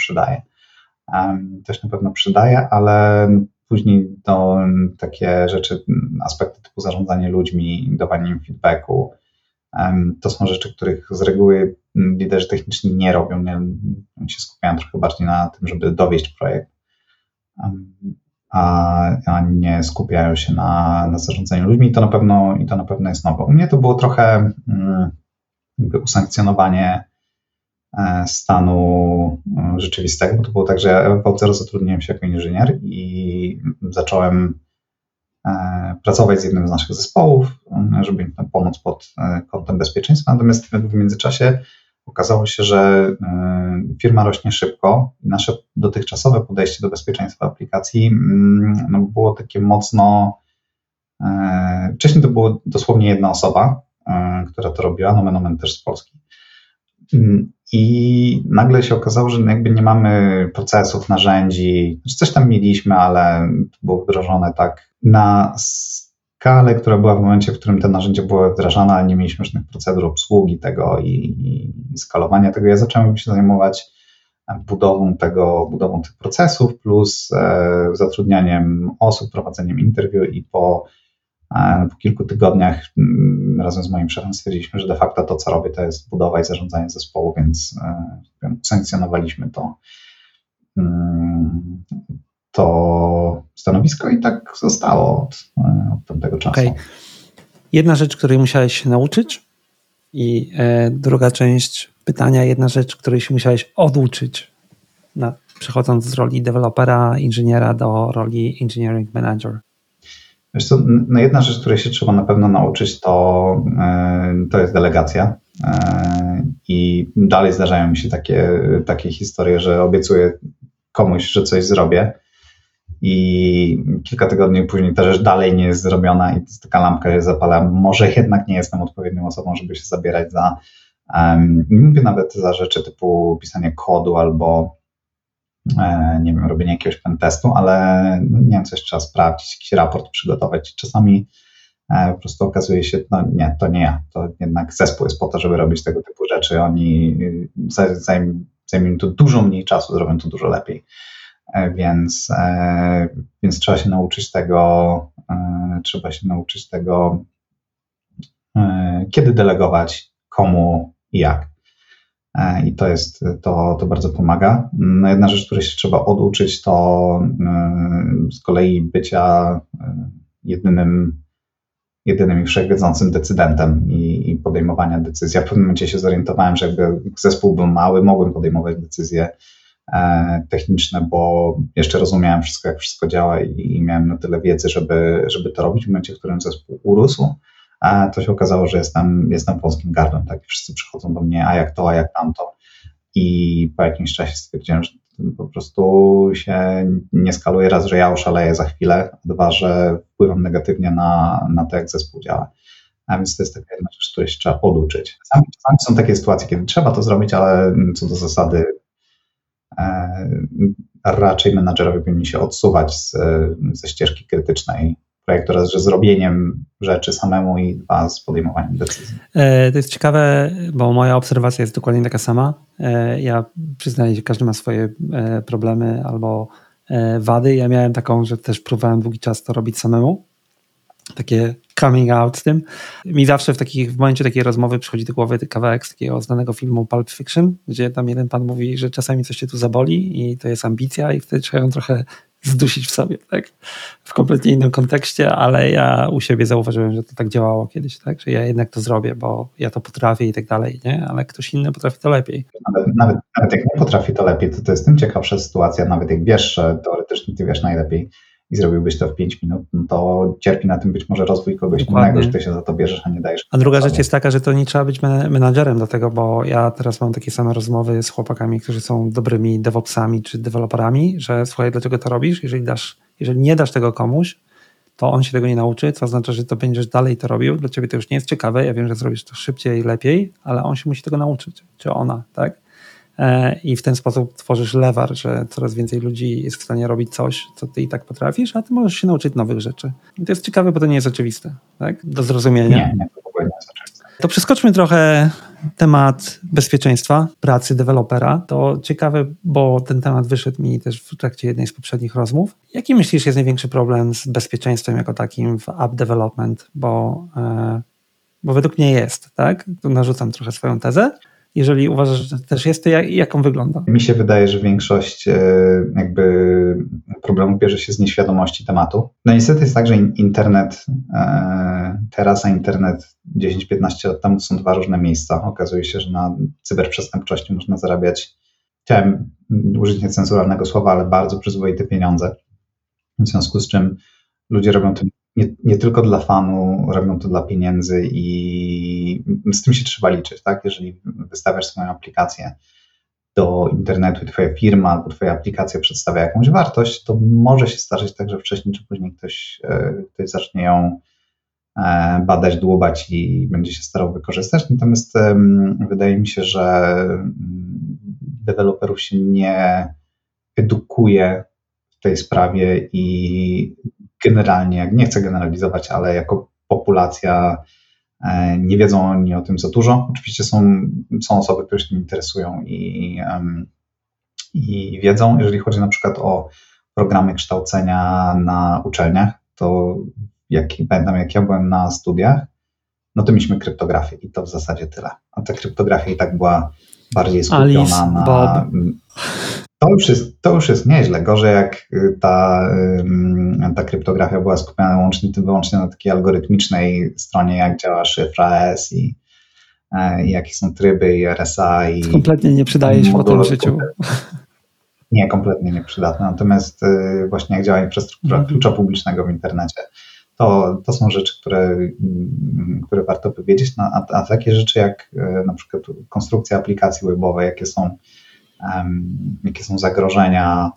S2: przydaje. Ale później takie rzeczy, aspekty typu zarządzanie ludźmi, dawanie im feedbacku, to są rzeczy, których z reguły liderzy techniczni nie robią. Oni się skupiają trochę bardziej na tym, żeby dowieść projekt, a nie skupiają się na zarządzaniu ludźmi i to na pewno jest nowe. U mnie to było trochę jakby usankcjonowanie stanu rzeczywistego, bo to było tak, że ja w Outzero zatrudniłem się jako inżynier i zacząłem pracować z jednym z naszych zespołów, żeby im tam pomóc pod kątem bezpieczeństwa. Natomiast w międzyczasie okazało się, że firma rośnie szybko i nasze dotychczasowe podejście do bezpieczeństwa aplikacji było takie mocno... Wcześniej to było dosłownie jedna osoba, która to robiła, nomen omen też z Polski. I nagle się okazało, że jakby nie mamy procesów, narzędzi, coś tam mieliśmy, ale to było wdrożone tak na skalę, która była w momencie, w którym te narzędzia były wdrażane, ale nie mieliśmy żadnych procedur obsługi tego i skalowania tego. Ja zacząłem się zajmować budową tych procesów plus zatrudnianiem osób, prowadzeniem interwiu i po kilku tygodniach razem z moim szefem stwierdziliśmy, że de facto to, co robię, to jest budowa i zarządzanie zespołu, więc sankcjonowaliśmy to stanowisko i tak zostało od tamtego czasu. Okay.
S1: Jedna rzecz, której musiałeś się nauczyć i druga część pytania, jedna rzecz, której się musiałeś oduczyć, przechodząc z roli dewelopera, inżyniera do roli engineering manager.
S2: Wiesz co, jedna rzecz, której się trzeba na pewno nauczyć, to jest delegacja i dalej zdarzają mi się takie historie, że obiecuję komuś, że coś zrobię i kilka tygodni później ta rzecz dalej nie jest zrobiona i taka lampka się zapala. Może jednak nie jestem odpowiednią osobą, żeby się zabierać nie mówię nawet za rzeczy typu pisanie kodu albo nie wiem, robienie jakiegoś pentestu, ale nie wiem, coś trzeba sprawdzić, jakiś raport przygotować. Czasami po prostu okazuje się, to nie ja, to jednak zespół jest po to, żeby robić tego typu rzeczy. Oni zajmie im to dużo mniej czasu, zrobią to dużo lepiej. Więc trzeba się nauczyć tego, kiedy delegować, komu i jak. I to bardzo pomaga. No jedna rzecz, której się trzeba oduczyć, to z kolei bycia jedynym i wszechwiedzącym decydentem i podejmowania decyzji. Ja w pewnym momencie się zorientowałem, że jakby zespół był mały, mogłem podejmować decyzje techniczne, bo jeszcze rozumiałem wszystko, jak wszystko działa i miałem na tyle wiedzy, żeby to robić. W momencie, w którym zespół urósł, to się okazało, że jestem polskim gardłem, tak? I wszyscy przychodzą do mnie, a jak to, a jak tamto. I po jakimś czasie stwierdziłem, że po prostu się nie skaluje, raz, że ja oszaleję za chwilę, a dwa, że wpływam negatywnie na to, jak zespół działa. A więc to jest taka jedna rzecz, której się trzeba poduczyć. Czasami są takie sytuacje, kiedy trzeba to zrobić, ale co do zasady raczej menadżerowie powinni się odsuwać ze ścieżki krytycznej projektu, raz, że zrobieniem rzeczy samemu i dwa, z podejmowaniem decyzji.
S1: To jest ciekawe, bo moja obserwacja jest dokładnie taka sama. Ja przyznaję, że każdy ma swoje problemy albo wady. Ja miałem taką, że też próbowałem długi czas to robić samemu. Takie coming out z tym. Mi zawsze w momencie takiej rozmowy przychodzi do głowy kawałek z takiego znanego filmu Pulp Fiction, gdzie tam jeden pan mówi, że czasami coś cię tu zaboli i to jest ambicja i wtedy trzeba ją trochę zdusić w sobie, tak? W kompletnie innym kontekście, ale ja u siebie zauważyłem, że to tak działało kiedyś, tak? Że ja jednak to zrobię, bo ja to potrafię i tak dalej, nie? Ale ktoś inny potrafi to lepiej.
S2: Nawet jak nie potrafi to lepiej, to jest tym ciekawsza sytuacja, nawet jak wiesz, że teoretycznie ty wiesz najlepiej i zrobiłbyś to w 5 minut, no to cierpi na tym być może rozwój kogoś innego, że ty się za to bierzesz, a nie dajesz.
S1: A druga rzecz jest taka, że to nie trzeba być menadżerem do tego, bo ja teraz mam takie same rozmowy z chłopakami, którzy są dobrymi DevOpsami czy deweloperami, że słuchaj, dlaczego to robisz? Jeżeli nie dasz tego komuś, to on się tego nie nauczy, co oznacza, że to będziesz dalej to robił. Dla ciebie to już nie jest ciekawe, ja wiem, że zrobisz to szybciej i lepiej, ale on się musi tego nauczyć, czy ona, tak? I w ten sposób tworzysz lewar, że coraz więcej ludzi jest w stanie robić coś, co ty i tak potrafisz, a ty możesz się nauczyć nowych rzeczy. I to jest ciekawe, bo to nie jest oczywiste, tak? Do zrozumienia.
S2: Nie, to w ogóle nie jest oczywiste.
S1: To przeskoczmy trochę temat bezpieczeństwa pracy dewelopera. To ciekawe, bo ten temat wyszedł mi też w trakcie jednej z poprzednich rozmów. Jaki myślisz jest największy problem z bezpieczeństwem jako takim w app development? Bo według mnie jest, tak? Tu narzucam trochę swoją tezę. Jeżeli uważasz, że też jest, to jak on wygląda?
S2: Mi się wydaje, że większość jakby problemów bierze się z nieświadomości tematu. No niestety jest tak, że internet teraz, a internet 10-15 lat temu są dwa różne miejsca. Okazuje się, że na cyberprzestępczości można zarabiać, chciałem użyć niecenzuralnego słowa, ale bardzo przyzwoite pieniądze. W związku z czym ludzie robią to nie tylko dla fanu, robią to dla pieniędzy i z tym się trzeba liczyć, tak? Jeżeli wystawiasz swoją aplikację do internetu i twoja firma albo twoja aplikacja przedstawia jakąś wartość, to może się zdarzyć tak, że wcześniej czy później ktoś zacznie ją badać, dłubać i będzie się starał wykorzystać. Natomiast wydaje mi się, że deweloperów się nie edukuje w tej sprawie i generalnie, nie chcę generalizować, ale jako populacja nie wiedzą oni o tym za dużo. Oczywiście są osoby, które się tym interesują i wiedzą. Jeżeli chodzi na przykład o programy kształcenia na uczelniach, to pamiętam, jak ja byłem na studiach, no to mieliśmy kryptografię i to w zasadzie tyle. A ta kryptografia i tak była bardziej skupiona
S1: Alice,
S2: na...
S1: Bob.
S2: To już jest nieźle. Gorzej jak ta kryptografia była skupiona wyłącznie na takiej algorytmicznej stronie, jak działa szyfra S i jakie są tryby i RSA.
S1: Kompletnie nie przydaje się w tym życiu.
S2: Nie, kompletnie nieprzydatne. Natomiast właśnie jak działa infrastruktura klucza publicznego w internecie, to są rzeczy, które warto by wiedzieć, a takie rzeczy jak na przykład konstrukcja aplikacji webowej, jakie są zagrożenia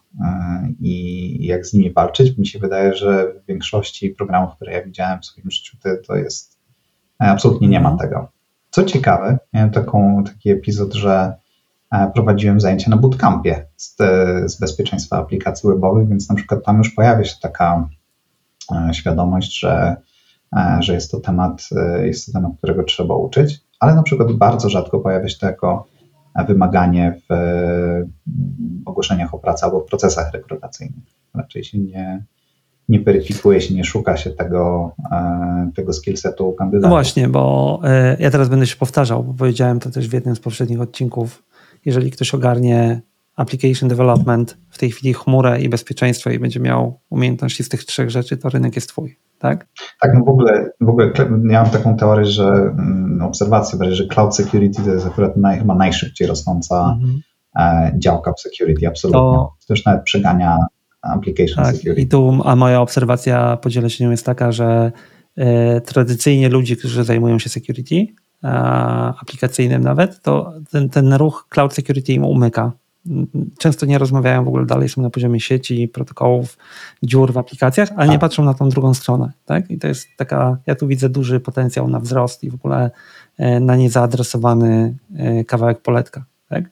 S2: i jak z nimi walczyć. Mi się wydaje, że w większości programów, które ja widziałem w swoim życiu, to jest absolutnie nie ma tego. Co ciekawe, miałem taki epizod, że prowadziłem zajęcia na bootcampie z bezpieczeństwa aplikacji webowych, więc na przykład tam już pojawia się taka świadomość, że jest to temat, którego trzeba uczyć, ale na przykład bardzo rzadko pojawia się to jako wymaganie w ogłoszeniach o pracę albo w procesach rekrutacyjnych. Raczej się nie weryfikuje się, nie szuka się tego skillsetu kandydatów.
S1: No właśnie, bo ja teraz będę się powtarzał, bo powiedziałem to też w jednym z poprzednich odcinków. Jeżeli ktoś ogarnie application development, w tej chwili chmurę i bezpieczeństwo i będzie miał umiejętności z tych trzech rzeczy, to rynek jest twój, tak?
S2: Tak, no w ogóle ja mam taką teorię, że obserwację, że cloud security to jest akurat chyba najszybciej rosnąca działka w security, absolutnie. To już nawet przegania application security.
S1: I a moja obserwacja, podzielę się nią, jest taka, że tradycyjnie ludzie, którzy zajmują się security, aplikacyjnym nawet, to ten ruch cloud security im umyka. Często nie rozmawiają w ogóle dalej, są na poziomie sieci, protokołów, dziur w aplikacjach, ale nie patrzą na tą drugą stronę. Tak? I to jest ja tu widzę duży potencjał na wzrost i w ogóle na niezaadresowany kawałek poletka. Tak?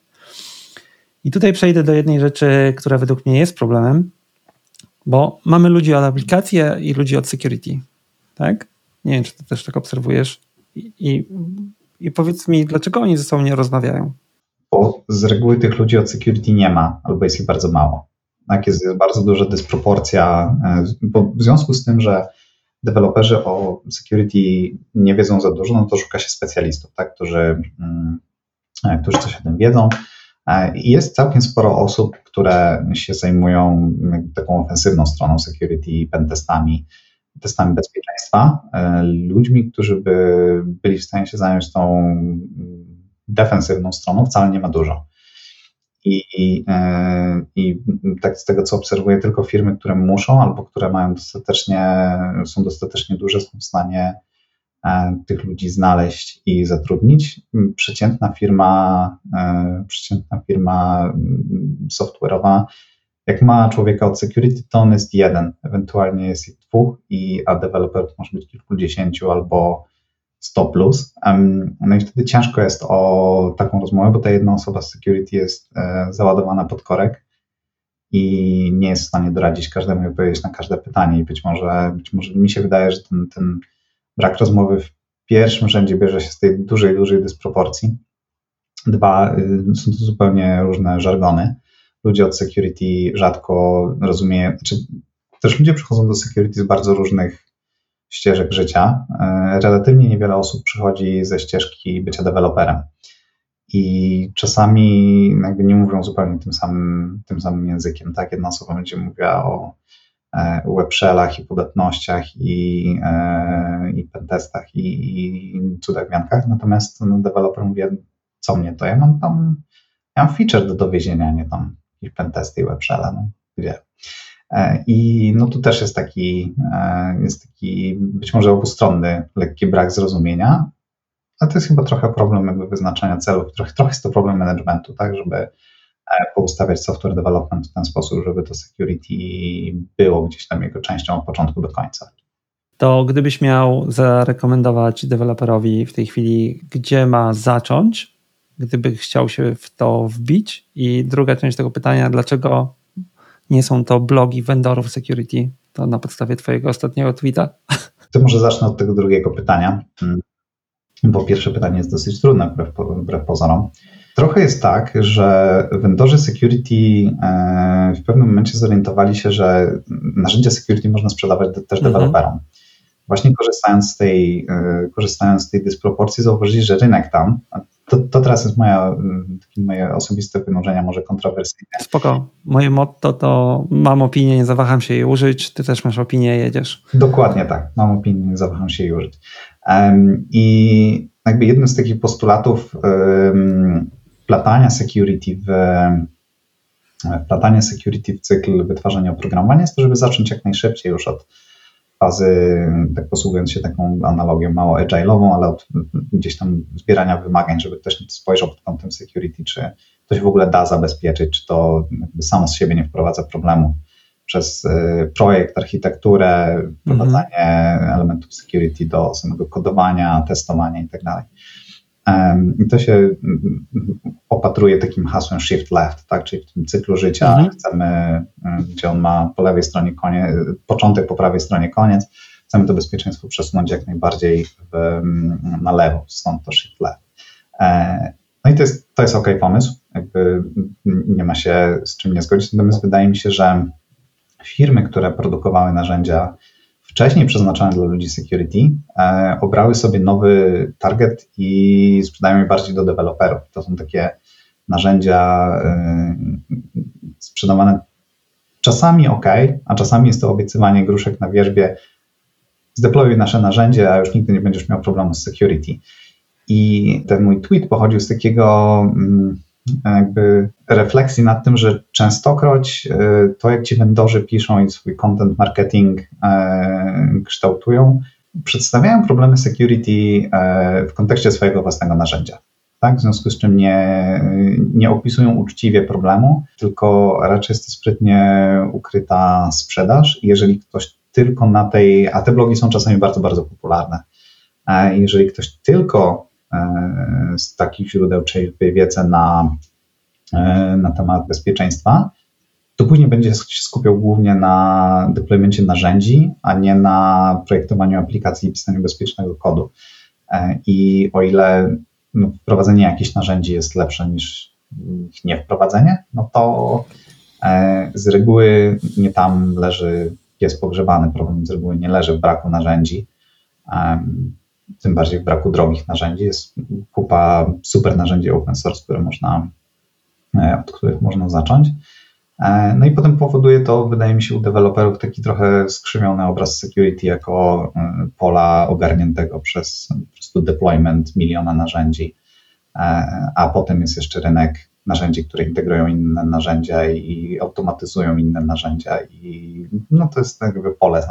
S1: I tutaj przejdę do jednej rzeczy, która według mnie jest problemem, bo mamy ludzi od aplikacji i ludzi od security. Tak? Nie wiem, czy ty też tak obserwujesz. I powiedz mi, dlaczego oni ze sobą nie rozmawiają?
S2: Bo z reguły tych ludzi od security nie ma, albo jest ich bardzo mało. Tak, jest bardzo duża dysproporcja, bo w związku z tym, że deweloperzy o security nie wiedzą za dużo, no to szuka się specjalistów, tak, którzy coś o tym wiedzą. I jest całkiem sporo osób, które się zajmują taką ofensywną stroną security, pentestami, testami bezpieczeństwa, ludźmi, którzy by byli w stanie się zająć tą defensywną stroną, wcale nie ma dużo. I tak z tego, co obserwuję, tylko firmy, które muszą albo które są dostatecznie duże, są w stanie tych ludzi znaleźć i zatrudnić. Przeciętna firma software'owa, jak ma człowieka od security, to on jest jeden, ewentualnie jest ich dwóch, a deweloperów może być kilkudziesięciu albo 100 plus. No i wtedy ciężko jest o taką rozmowę, bo ta jedna osoba z security jest załadowana pod korek i nie jest w stanie doradzić każdemu i odpowiedzieć na każde pytanie. I być może mi się wydaje, że ten brak rozmowy w pierwszym rzędzie bierze się z tej dużej dysproporcji. Są to zupełnie różne żargony. Ludzie od security rzadko rozumieją, też ludzie przychodzą do security z bardzo różnych ścieżek życia. Relatywnie niewiele osób przychodzi ze ścieżki bycia deweloperem. i czasami jakby nie mówią zupełnie tym samym językiem. Tak? Jedna osoba będzie mówiła o web shellach i podatnościach i pentestach i cudach-wiankach, natomiast deweloper mówi, co mnie to, ja mam feature do dowiezienia, nie tam jakieś pentesty i web shella, no gdzie? I no tu też jest taki być może obustronny lekki brak zrozumienia, ale to jest chyba trochę problem jakby wyznaczania celów, trochę jest to problem managementu, tak, żeby poustawiać software development w ten sposób, żeby to security było gdzieś tam jego częścią od początku do końca.
S1: To gdybyś miał zarekomendować deweloperowi w tej chwili, gdzie ma zacząć, gdyby chciał się w to wbić? I druga część tego pytania, dlaczego nie są to blogi vendorów security? To na podstawie twojego ostatniego tweeta.
S2: To może zacznę od tego drugiego pytania, bo pierwsze pytanie jest dosyć trudne wbrew pozorom. Trochę jest tak, że vendorzy security w pewnym momencie zorientowali się, że narzędzia security można sprzedawać też deweloperom. Właśnie korzystając z tej dysproporcji, zauważyli, że rynek tam, to teraz jest moje osobiste wynurzenia, może kontrowersyjne.
S1: Spoko. Moje motto to mam opinię, nie zawaham się jej użyć, ty też masz opinię, jedziesz.
S2: Dokładnie tak, mam opinię, nie zawaham się jej użyć. I jakby jednym z takich postulatów wplatania security w cykl wytwarzania oprogramowania jest to, żeby zacząć jak najszybciej już od fazy, tak posługując się taką analogią mało agile'ową, ale od gdzieś tam zbierania wymagań, żeby ktoś spojrzał pod kątem security, czy to się w ogóle da zabezpieczyć, czy to jakby samo z siebie nie wprowadza problemu przez projekt, architekturę, wprowadzanie elementów security do samego kodowania, testowania i tak dalej. I to się opatruje takim hasłem shift left, tak? Czyli w tym cyklu życia chcemy, gdzie on ma po lewej stronie początek, po prawej stronie koniec, chcemy to bezpieczeństwo przesunąć jak najbardziej na lewo, stąd to shift left. No i to jest okej pomysł, jakby nie ma się z czym nie zgodzić, natomiast wydaje mi się, że firmy, które produkowały narzędzia wcześniej przeznaczone dla ludzi security, obrały sobie nowy target i sprzedają je bardziej do deweloperów. To są takie narzędzia sprzedawane czasami a czasami jest to obiecywanie gruszek na wierzbie. Zdeployuj nasze narzędzie, a już nigdy nie będziesz miał problemu z security. I ten mój tweet pochodził z takiego jakby refleksji nad tym, że częstokroć to, jak ci vendorzy piszą i swój content marketing kształtują, przedstawiają problemy security w kontekście swojego własnego narzędzia. Tak? W związku z czym nie opisują uczciwie problemu, tylko raczej jest to sprytnie ukryta sprzedaż. Jeżeli ktoś tylko a te blogi są czasami bardzo, bardzo popularne, jeżeli ktoś tylko z takich źródeł czerpie wiedzę na temat bezpieczeństwa, to później będzie się skupiał głównie na deploymencie narzędzi, a nie na projektowaniu aplikacji i pisaniu bezpiecznego kodu. I o ile wprowadzenie jakichś narzędzi jest lepsze niż ich niewprowadzenie, no to z reguły nie tam leży pies pogrzebany. Problem z reguły nie leży w braku narzędzi, tym bardziej w braku drogich narzędzi. Jest kupa super narzędzi open source, od których można zacząć. No i potem powoduje to, wydaje mi się, u deweloperów taki trochę skrzywiony obraz security jako pola ogarniętego przez po prostu deployment miliona narzędzi, a potem jest jeszcze rynek narzędzi, które integrują inne narzędzia i automatyzują inne narzędzia i no to jest jakby pole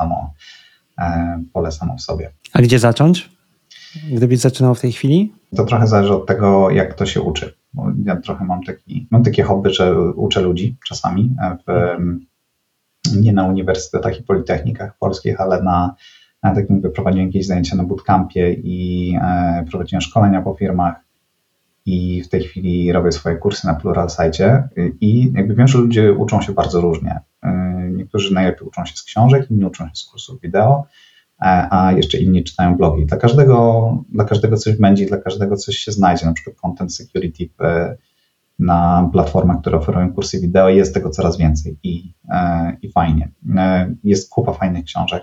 S2: samo w sobie.
S1: A gdzie zacząć? Gdybyś zaczynał w tej chwili?
S2: To trochę zależy od tego, jak to się uczy. Bo ja trochę mam takie hobby, że uczę ludzi czasami, nie na uniwersytetach i politechnikach polskich, ale na takim prowadziłem jakieś zajęcia na bootcampie i prowadziłem szkolenia po firmach i w tej chwili robię swoje kursy na Pluralsight i jakby wiem, że ludzie uczą się bardzo różnie. Niektórzy najlepiej uczą się z książek, inni uczą się z kursów wideo, a jeszcze inni czytają blogi. Dla każdego coś będzie, dla każdego coś się znajdzie, na przykład content security na platformach, które oferują kursy wideo, jest tego coraz więcej i fajnie. Jest kupa fajnych książek.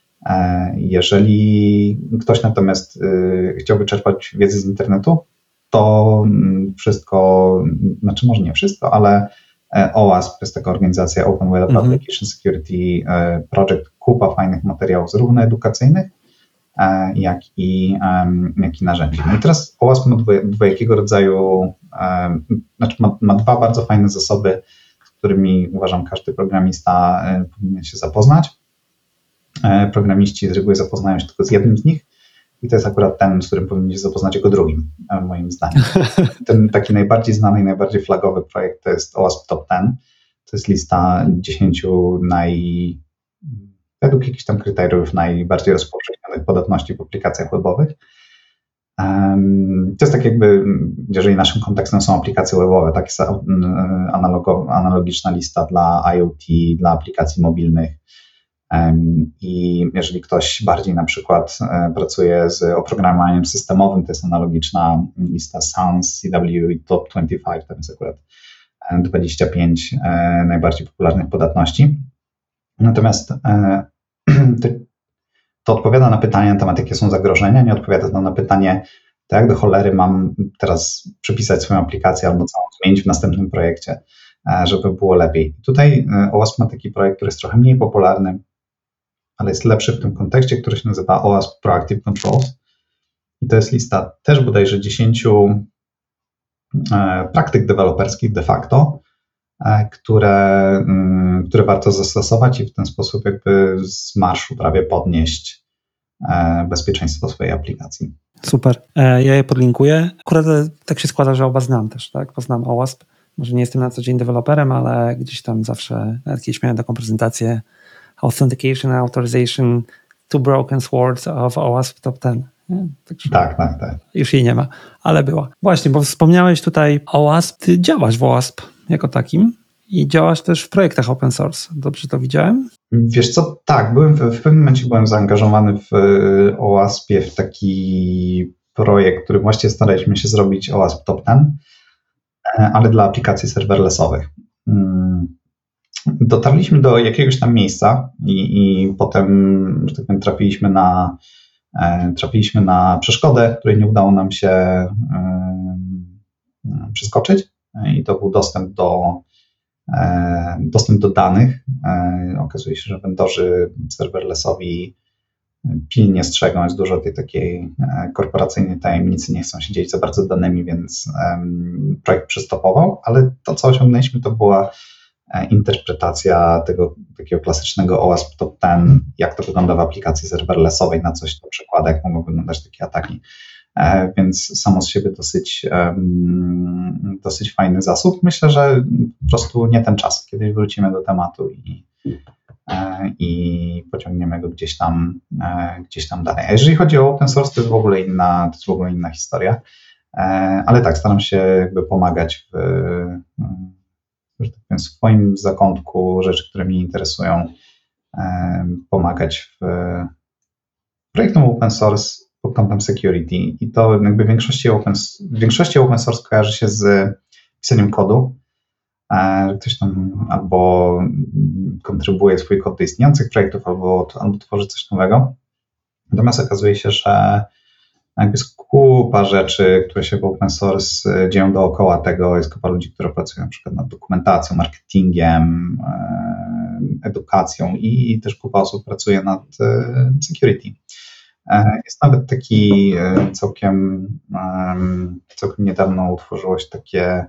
S2: Jeżeli ktoś natomiast chciałby czerpać wiedzę z internetu, to wszystko, znaczy może nie wszystko, ale OWASP to jest taka organizacja Open Web Application Security Project, kupa fajnych materiałów zarówno edukacyjnych, jak i narzędzi. No i teraz OWASP ma dwojakiego rodzaju, znaczy ma dwa bardzo fajne zasoby, z którymi uważam każdy programista powinien się zapoznać. Programiści z reguły zapoznają się tylko z jednym z nich i to jest akurat ten, z którym powinni się zapoznać jako drugim, moim zdaniem. Ten taki najbardziej znany i najbardziej flagowy projekt to jest OWASP Top 10. To jest lista 10 według jakichś tam kryteriów najbardziej rozpowszechnionych podatności w aplikacjach webowych. To jest tak jakby, jeżeli naszym kontekstem są aplikacje webowe, tak jest analogiczna lista dla IoT, dla aplikacji mobilnych. I jeżeli ktoś bardziej na przykład pracuje z oprogramowaniem systemowym, to jest analogiczna lista SANS, CW i Top 25, tam jest akurat 25 najbardziej popularnych podatności. Natomiast to odpowiada na pytanie na temat, jakie są zagrożenia, nie odpowiada na pytanie, to jak do cholery mam teraz przepisać swoją aplikację albo co mam zmienić w następnym projekcie, żeby było lepiej. I tutaj OWASP ma taki projekt, który jest trochę mniej popularny, ale jest lepszy w tym kontekście, który się nazywa OWASP Proactive Controls. I to jest lista też bodajże 10 praktyk deweloperskich de facto, które warto zastosować i w ten sposób jakby z marszu prawie podnieść bezpieczeństwo swojej aplikacji.
S1: Super. Ja je podlinkuję. Akurat tak się składa, że oba znam też, tak? Poznam OWASP. Może nie jestem na co dzień deweloperem, ale gdzieś tam zawsze kiedyś miałem taką prezentację Authentication and Authorization, Two Broken Swords of OWASP Top 10. Także
S2: tak.
S1: Już jej nie ma, ale była. Właśnie, bo wspomniałeś tutaj OWASP. Ty działasz w OWASP jako takim i działasz też w projektach open source. Dobrze to widziałem?
S2: Wiesz co, tak, w pewnym momencie byłem zaangażowany w OWASP-ie w taki projekt, który właściwie staraliśmy się zrobić OWASP Top 10, ale dla aplikacji serverlessowych. Dotarliśmy do jakiegoś tam miejsca i potem, że tak powiem, trafiliśmy na przeszkodę, której nie udało nam się przeskoczyć i to był dostęp do danych. Okazuje się, że vendorzy serverlessowi pilnie strzegą, jest dużo tej takiej korporacyjnej tajemnicy, nie chcą się dzielić za bardzo danymi, więc projekt przystopował, ale to, co osiągnęliśmy, to była interpretacja tego takiego klasycznego OWASP Top 10, jak to wygląda w aplikacji serverlessowej, na coś to przekłada, jak mogą wyglądać takie ataki. Więc samo z siebie dosyć fajny zasób. Myślę, że po prostu nie ten czas. Kiedyś wrócimy do tematu i pociągniemy go gdzieś tam dalej. A jeżeli chodzi o open source, to jest w ogóle inna historia. Ale tak, staram się jakby pomagać w swoim zakątku rzeczy, które mnie interesują, pomagać w projektom open source pod kątem security i to jakby w większości open source kojarzy się z pisaniem kodu. Ktoś tam albo kontrybuuje swój kod do istniejących projektów, albo tworzy coś nowego. Natomiast okazuje się, że jakby jest kupa rzeczy, które się w open source dzieją dookoła tego. Jest kupa ludzi, którzy pracują na przykład nad dokumentacją, marketingiem, edukacją i też kupa osób pracuje nad security. Jest nawet taki całkiem niedawno utworzyło się takie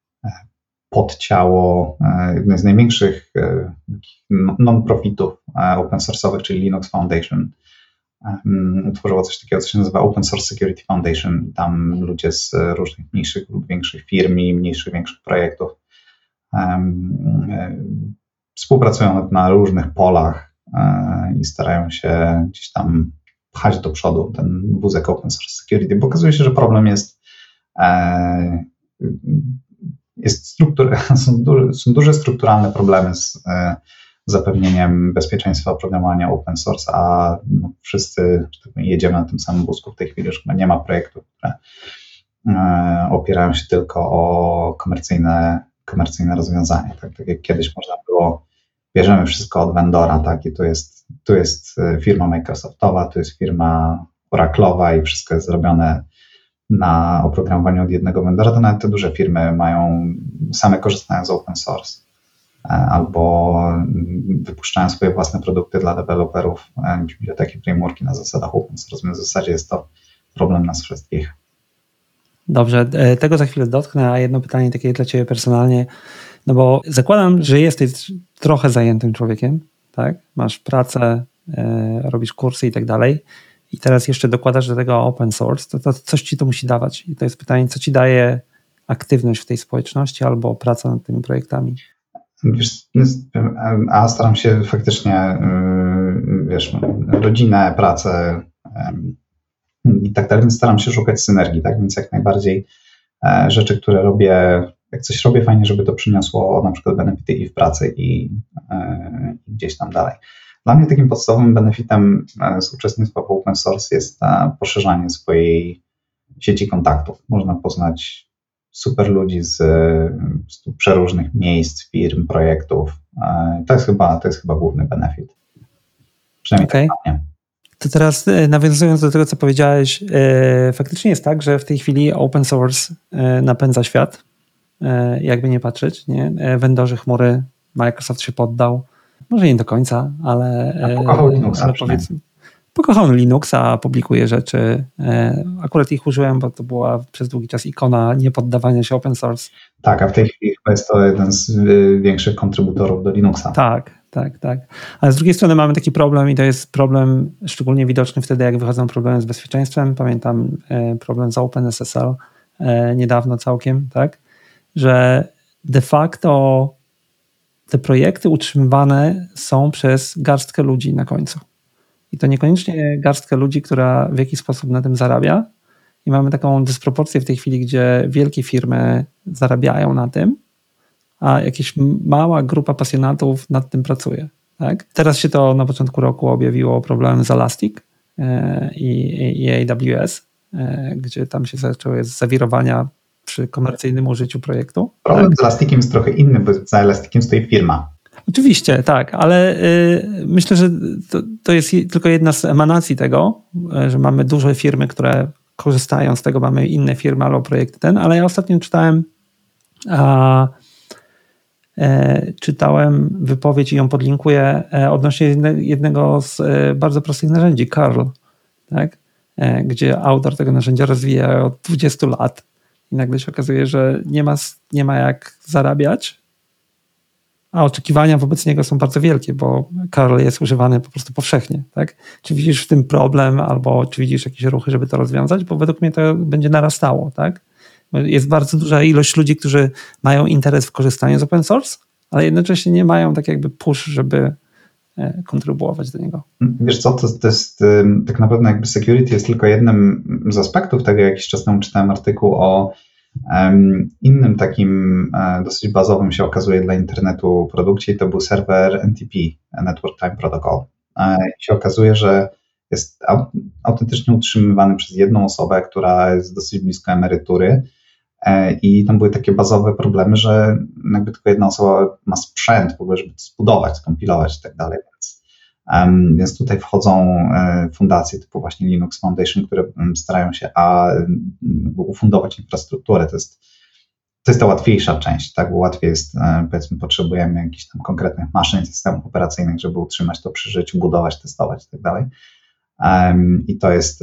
S2: podciało jednej z największych non-profitów open source'owych, czyli Linux Foundation. Utworzyło coś takiego, co się nazywa Open Source Security Foundation. Tam ludzie z różnych mniejszych lub większych firm i mniejszych, większych projektów współpracują na różnych polach i starają się gdzieś tam pchać do przodu ten wózek Open Source Security, bo okazuje się, że problem są duże strukturalne problemy z zapewnieniem bezpieczeństwa oprogramowania open source, a wszyscy jedziemy na tym samym wózku w tej chwili, już chyba nie ma projektów, które opierają się tylko o komercyjne rozwiązania. Tak jak kiedyś można było, bierzemy wszystko od vendora, tak, i tu jest firma Microsoftowa, tu jest firma Oracle'owa i wszystko jest zrobione na oprogramowaniu od jednego vendora, to nawet te duże firmy same korzystają z open source albo wypuszczają swoje własne produkty dla deweloperów, biblioteki, frameworki na zasadach open source, więc w zasadzie jest to problem nas wszystkich.
S1: Dobrze, tego za chwilę dotknę, a jedno pytanie takie dla Ciebie personalnie, no bo zakładam, że jesteś trochę zajętym człowiekiem, tak? Masz pracę, robisz kursy i tak dalej i teraz jeszcze dokładasz do tego open source, to coś Ci to musi dawać i to jest pytanie, co Ci daje aktywność w tej społeczności albo praca nad tymi projektami?
S2: Wiesz, staram się faktycznie, rodzinę, pracę i tak dalej, więc staram się szukać synergii, tak, więc jak najbardziej rzeczy, które robię, jak coś robię, fajnie, żeby to przyniosło na przykład benefity i w pracy i gdzieś tam dalej. Dla mnie takim podstawowym benefitem z uczestnictwa w open source jest poszerzanie swojej sieci kontaktów. Można poznać super ludzi z przeróżnych miejsc, firm, projektów. To jest chyba główny benefit. Przynajmniej tak dla mnie.
S1: To teraz nawiązując do tego, co powiedziałeś, faktycznie jest tak, że w tej chwili open source napędza świat, jakby nie patrzeć, nie? Vendorzy chmury, Microsoft się poddał, może nie do końca, ale
S2: pokochał Linuxa,
S1: pokochał Linuxa, publikuje rzeczy. Akurat ich użyłem, bo to była przez długi czas ikona niepoddawania się open source.
S2: Tak, a w tej chwili chyba jest to jeden z większych kontrybutorów do Linuxa.
S1: Tak. Ale z drugiej strony mamy taki problem i to jest problem szczególnie widoczny wtedy, jak wychodzą problemy z bezpieczeństwem. Pamiętam problem z OpenSSL niedawno całkiem, tak, że de facto te projekty utrzymywane są przez garstkę ludzi na końcu. I to niekoniecznie garstkę ludzi, która w jakiś sposób na tym zarabia. I mamy taką dysproporcję w tej chwili, gdzie wielkie firmy zarabiają na tym, a jakaś mała grupa pasjonatów nad tym pracuje. Tak? Teraz się to na początku roku objawiło problem z Elastic i AWS, gdzie tam się zaczęły zawirowania przy komercyjnym użyciu projektu.
S2: Problem z Elasticiem jest trochę inny, bo za Elasticiem stoi firma.
S1: Oczywiście, tak, ale myślę, że to jest tylko jedna z emanacji tego, że mamy duże firmy, które korzystają z tego, mamy inne firmy albo projekty ale ja ostatnio czytałem wypowiedź i ją podlinkuję odnośnie jednego z bardzo prostych narzędzi, Curl, tak? Gdzie autor tego narzędzia rozwija od 20 lat i nagle się okazuje, że nie ma jak zarabiać, a oczekiwania wobec niego są bardzo wielkie, bo Curl jest używany po prostu powszechnie. Tak? Czy widzisz w tym problem, albo czy widzisz jakieś ruchy, żeby to rozwiązać? Bo według mnie to będzie narastało. Tak? Jest bardzo duża ilość ludzi, którzy mają interes w korzystaniu z open source, ale jednocześnie nie mają tak jakby push, żeby kontrybuować do niego.
S2: Wiesz co, to jest tak naprawdę jakby security jest tylko jednym z aspektów tego. Jakiś czas temu czytałem artykuł o innym takim dosyć bazowym się okazuje dla internetu produkcie i to był serwer NTP, Network Time Protocol. I się okazuje, że jest autentycznie utrzymywany przez jedną osobę, która jest dosyć blisko emerytury i tam były takie bazowe problemy, że jakby tylko jedna osoba ma sprzęt w ogóle, żeby to zbudować, skompilować i tak dalej, więc tutaj wchodzą fundacje typu właśnie Linux Foundation, które starają się ufundować infrastrukturę. To jest ta łatwiejsza część, tak? Bo łatwiej jest, powiedzmy, potrzebujemy jakichś tam konkretnych maszyn, systemów operacyjnych, żeby utrzymać to przy życiu, budować, testować i tak dalej. I to jest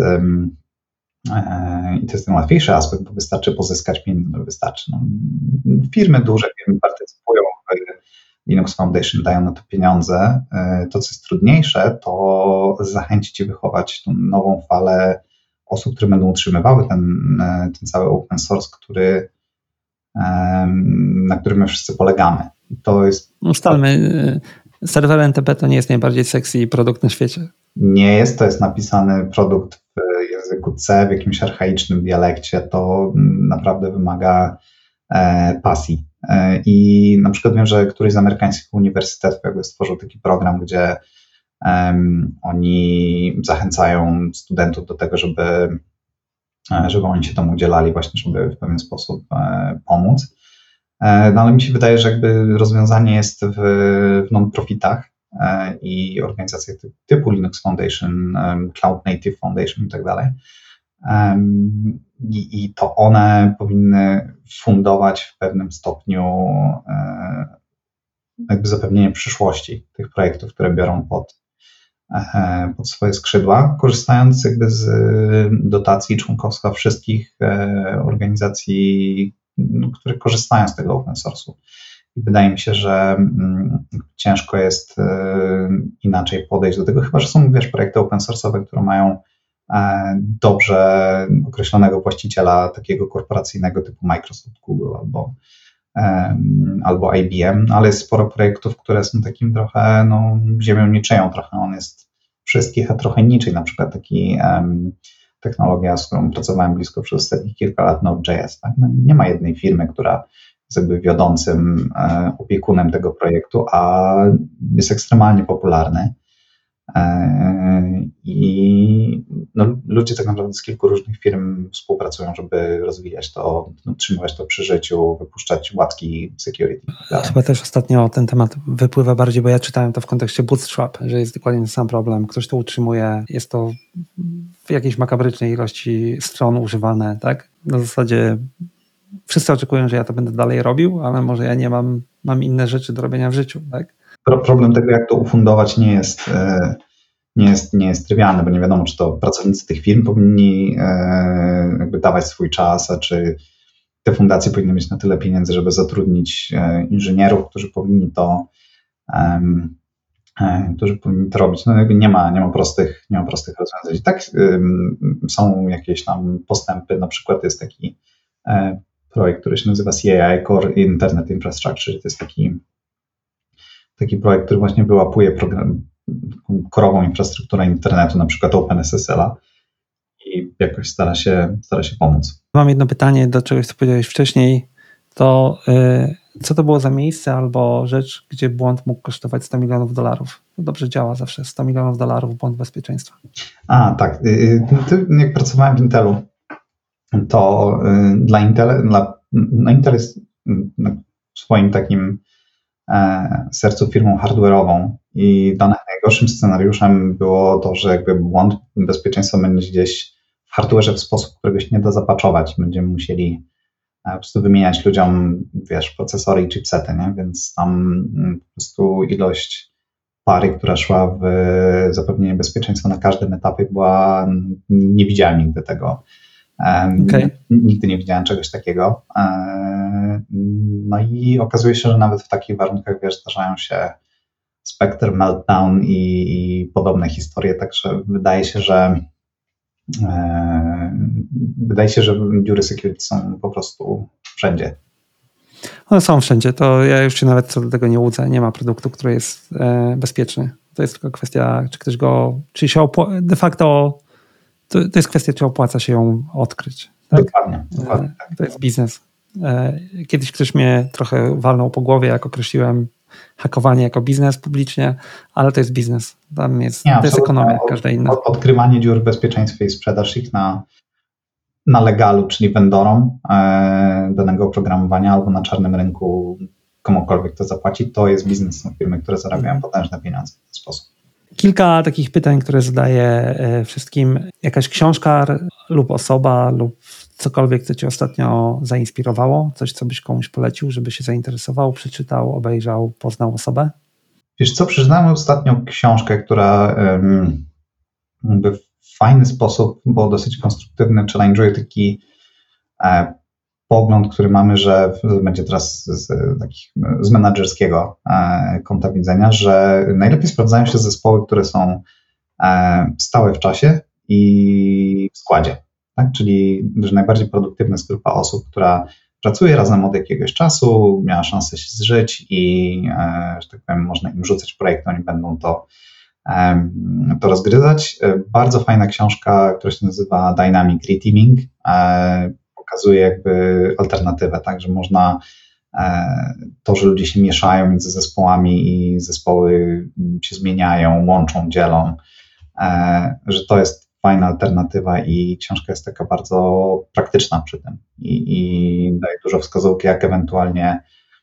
S2: ten łatwiejszy aspekt, bo wystarczy pozyskać pieniądze, wystarczy. Firmy, duże firmy partycypują w Linux Foundation, dają na to pieniądze. To, co jest trudniejsze, to zachęcić i wychować tą nową falę osób, które będą utrzymywały ten cały open source, na którym my wszyscy polegamy. To jest...
S1: Ustalmy, serwer NTP to nie jest najbardziej sexy produkt na świecie.
S2: Nie jest, to jest napisany produkt w języku C, w jakimś archaicznym dialekcie. To naprawdę wymaga pasji. I na przykład wiem, że któryś z amerykańskich uniwersytetów jakby stworzył taki program, gdzie oni zachęcają studentów do tego, żeby oni się tam udzielali właśnie, żeby w pewien sposób pomóc. No ale mi się wydaje, że jakby rozwiązanie jest w non-profitach i organizacjach typu Linux Foundation, Cloud Native Foundation i tak dalej. i to one powinny fundować w pewnym stopniu jakby zapewnienie przyszłości tych projektów, które biorą pod swoje skrzydła, korzystając jakby z dotacji członkowska wszystkich organizacji, które korzystają z tego open source'u. I wydaje mi się, że ciężko jest inaczej podejść do tego, chyba że są, projekty open source'owe, które mają dobrze określonego właściciela, takiego korporacyjnego typu Microsoft, Google albo IBM, ale jest sporo projektów, które są takim trochę ziemią niczyją, trochę on jest wszystkich, a trochę niczyj, na przykład taki technologia, z którą pracowałem blisko przez ostatnich kilka lat, Node.js. Tak? Nie ma jednej firmy, która jest jakby wiodącym opiekunem tego projektu, a jest ekstremalnie popularny. I ludzie tak naprawdę z kilku różnych firm współpracują, żeby rozwijać to, utrzymywać to przy życiu, wypuszczać łatki security.
S1: Chyba też ostatnio ten temat wypływa bardziej, bo ja czytałem to w kontekście Bootstrap, że jest dokładnie ten sam problem. Ktoś to utrzymuje, jest to w jakiejś makabrycznej ilości stron używane, tak? Na zasadzie wszyscy oczekują, że ja to będę dalej robił, ale może ja nie mam inne rzeczy do robienia w życiu, tak?
S2: Problem tego, jak to ufundować, nie jest trywialny, bo nie wiadomo, czy to pracownicy tych firm powinni jakby dawać swój czas, a czy te fundacje powinny mieć na tyle pieniędzy, żeby zatrudnić inżynierów, którzy powinni to robić. Jakby nie ma prostych rozwiązań. I tak są jakieś tam postępy, na przykład jest taki projekt, który się nazywa CAI, Core Internet Infrastructure. To jest taki projekt, który właśnie wyłapuje korową infrastrukturę internetu, na przykład OpenSSL-a i jakoś stara się pomóc.
S1: Mam jedno pytanie do czegoś, co powiedziałeś wcześniej. To co to było za miejsce albo rzecz, gdzie błąd mógł kosztować $100 milionów? To dobrze działa zawsze. $100 milionów błąd bezpieczeństwa.
S2: Tak. Jak pracowałem w Intelu, to Intel jest w swoim takim sercu firmą hardware'ową i dla nas najgorszym scenariuszem było to, że jakby błąd bezpieczeństwa będzie gdzieś w hardware'ze w sposób, którego się nie da zapatchować. Będziemy musieli po prostu wymieniać ludziom, procesory i chipsety, nie? Więc tam po prostu ilość pary, która szła w zapewnienie bezpieczeństwa na każdym etapie była, nie widziałem nigdy tego. Nigdy nie widziałem czegoś takiego. No i okazuje się, że nawet w takich warunkach, zdarzają się Spectre, Meltdown i podobne historie, także wydaje się, że dziury security są po prostu wszędzie.
S1: One są wszędzie, to ja już się nawet co do tego nie łudzę. Nie ma produktu, który jest bezpieczny. To jest tylko kwestia, czy się de facto to jest kwestia, czy opłaca się ją odkryć. Tak?
S2: Dokładnie. Tak.
S1: To jest biznes. Kiedyś ktoś mnie trochę walnął po głowie, jak określiłem hakowanie jako biznes publicznie, ale to jest biznes. To jest ekonomia, jak każda inna.
S2: Odkrywanie dziur w bezpieczeństwie i sprzedaż ich na legalu, czyli vendorom danego oprogramowania albo na czarnym rynku komukolwiek to zapłaci, to jest biznes. Są firmy, które zarabiają potężne pieniądze w ten sposób.
S1: Kilka takich pytań, które zadaję wszystkim. Jakaś książka lub osoba lub cokolwiek, co cię ostatnio zainspirowało? Coś, co byś komuś polecił, żeby się zainteresował, przeczytał, obejrzał, poznał osobę?
S2: Wiesz co, przeczytałem ostatnio książkę, która w fajny sposób, bo dosyć konstruktywny, challenge'uje taki pogląd, który mamy, że będzie teraz z menadżerskiego kąta widzenia, że najlepiej sprawdzają się zespoły, które są stałe w czasie i w składzie. Tak? Czyli że najbardziej produktywna jest grupa osób, która pracuje razem od jakiegoś czasu, miała szansę się zżyć i, że tak powiem, można im rzucać projekty, oni będą to rozgryzać. Bardzo fajna książka, która się nazywa Dynamic Reteaming. Pokazuje jakby alternatywę, tak, że można to, że ludzie się mieszają między zespołami i zespoły się zmieniają, łączą, dzielą, że to jest fajna alternatywa i książka jest taka bardzo praktyczna przy tym i daje dużo wskazówek, jak ewentualnie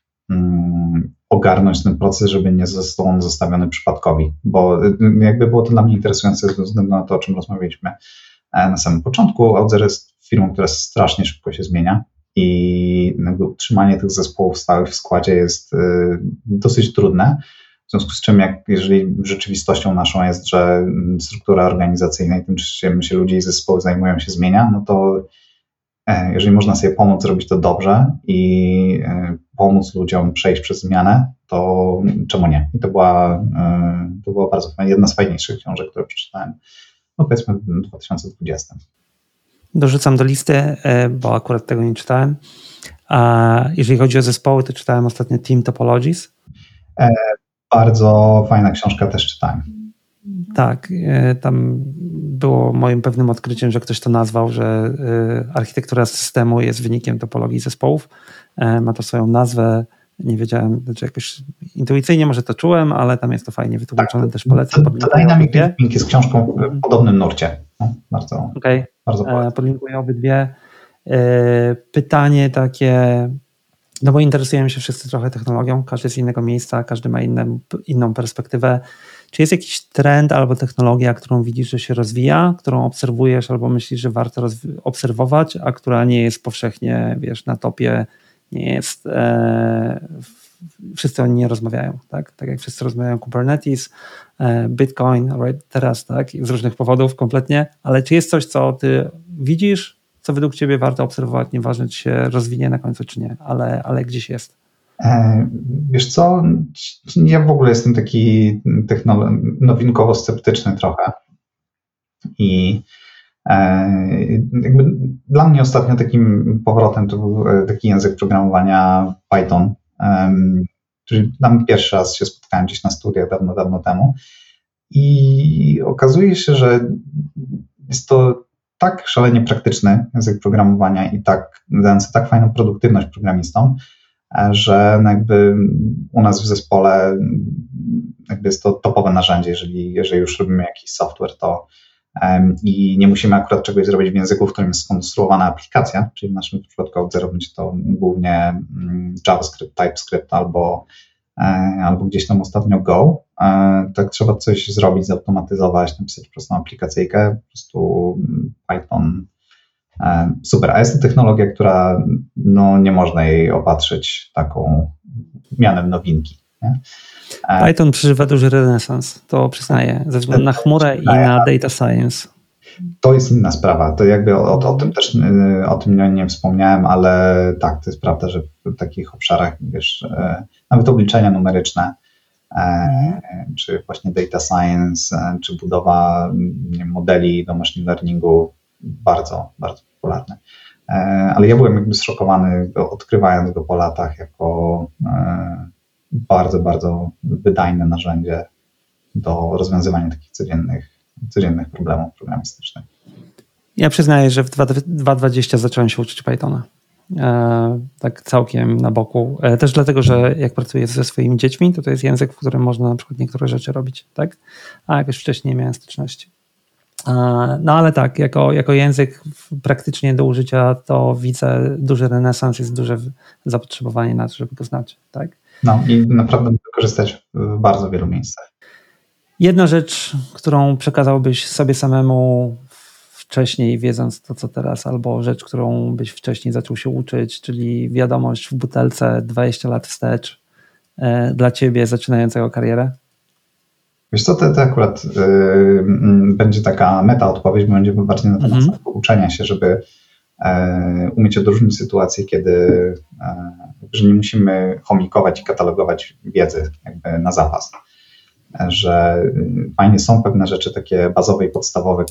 S2: ogarnąć ten proces, żeby nie został on zostawiony przypadkowi, bo jakby było to dla mnie interesujące ze względu na to, o czym rozmawialiśmy na samym początku. OutZero jest firmą, która strasznie szybko się zmienia i jakby utrzymanie tych zespołów stałych w składzie jest dosyć trudne. W związku z czym, jeżeli rzeczywistością naszą jest, że struktura organizacyjna i tym, czym się ludzie i zespoły zajmują, się zmienia, no to jeżeli można sobie pomóc zrobić to dobrze i pomóc ludziom przejść przez zmianę, to czemu nie? I to była bardzo fajna, jedna z fajniejszych książek, które przeczytałem, no powiedzmy w 2020.
S1: Dorzucam do listy, bo akurat tego nie czytałem. A jeżeli chodzi o zespoły, to czytałem ostatnio Team Topologies.
S2: Bardzo fajna książka, też czytałem.
S1: Tak, tam było moim pewnym odkryciem, że ktoś to nazwał, że architektura systemu jest wynikiem topologii zespołów. Ma to swoją nazwę, nie wiedziałem, znaczy jakoś intuicyjnie może to czułem, ale tam jest to fajnie wytłumaczone, też polecam.
S2: To Dynamic Thinking jest książką w podobnym nurcie. No, bardzo polecam.
S1: Podlinkuję obydwie. Pytanie takie, no bo interesujemy się wszyscy trochę technologią, każdy z innego miejsca, każdy ma inną perspektywę. Czy jest jakiś trend albo technologia, którą widzisz, że się rozwija, którą obserwujesz albo myślisz, że warto obserwować, a która nie jest powszechnie, na topie, nie jest, wszyscy o niej nie rozmawiają, tak? Tak jak wszyscy rozmawiają Kubernetes, Bitcoin, teraz, tak? Z różnych powodów kompletnie, ale czy jest coś, co ty widzisz, co według ciebie warto obserwować, nieważne czy się rozwinie na końcu, czy nie, ale gdzieś jest?
S2: Wiesz co, ja w ogóle jestem taki nowinkowo sceptyczny trochę i jakby dla mnie ostatnio takim powrotem to był taki język programowania Python, który tam pierwszy raz się spotkałem gdzieś na studiach dawno temu i okazuje się, że jest to tak szalenie praktyczny język programowania i dający tak fajną produktywność programistom, że jakby u nas w zespole jakby jest to topowe narzędzie, jeżeli już robimy jakiś software, to i nie musimy akurat czegoś zrobić w języku, w którym jest skonstruowana aplikacja, czyli w naszym przypadku Auth0 będzie to głównie JavaScript, TypeScript albo gdzieś tam ostatnio Go, tak trzeba coś zrobić, zautomatyzować, napisać prostą aplikacyjkę, po prostu Python super, a jest to technologia, która nie można jej opatrzyć taką mianem nowinki. Nie?
S1: Python przeżywa duży renesans, to przyznaję, ze względu na chmurę i na data science.
S2: To jest inna sprawa, to jakby o tym też nie wspomniałem, ale tak, to jest prawda, że w takich obszarach, nawet obliczenia numeryczne, czy właśnie data science, czy budowa modeli do machine learningu, bardzo, bardzo popularne. Ale ja byłem jakby zszokowany, odkrywając go po latach jako bardzo, bardzo wydajne narzędzie do rozwiązywania takich codziennych problemów programistycznych.
S1: Ja przyznaję, że w 2020 zacząłem się uczyć Pythona. Tak całkiem na boku. Też dlatego, że jak pracuję ze swoimi dziećmi, to jest język, w którym można na przykład niektóre rzeczy robić, tak? A jakoś wcześniej nie miałem styczności. No ale tak, jako język praktycznie do użycia, to widzę duży renesans, jest duże zapotrzebowanie na to, żeby go znać, tak?
S2: No i naprawdę wykorzystać w bardzo wielu miejscach.
S1: Jedna rzecz, którą przekazałbyś sobie samemu wcześniej, wiedząc to, co teraz, albo rzecz, którą byś wcześniej zaczął się uczyć, czyli wiadomość w butelce 20 lat wstecz dla ciebie zaczynającego karierę?
S2: Wiesz co, to akurat będzie taka meta-odpowiedź, bo będziemy bardziej na temat uczenia się, żeby umieć odróżnić sytuację, że nie musimy chomikować i katalogować wiedzy jakby na zapas. Że fajnie są pewne rzeczy takie bazowe i podstawowe,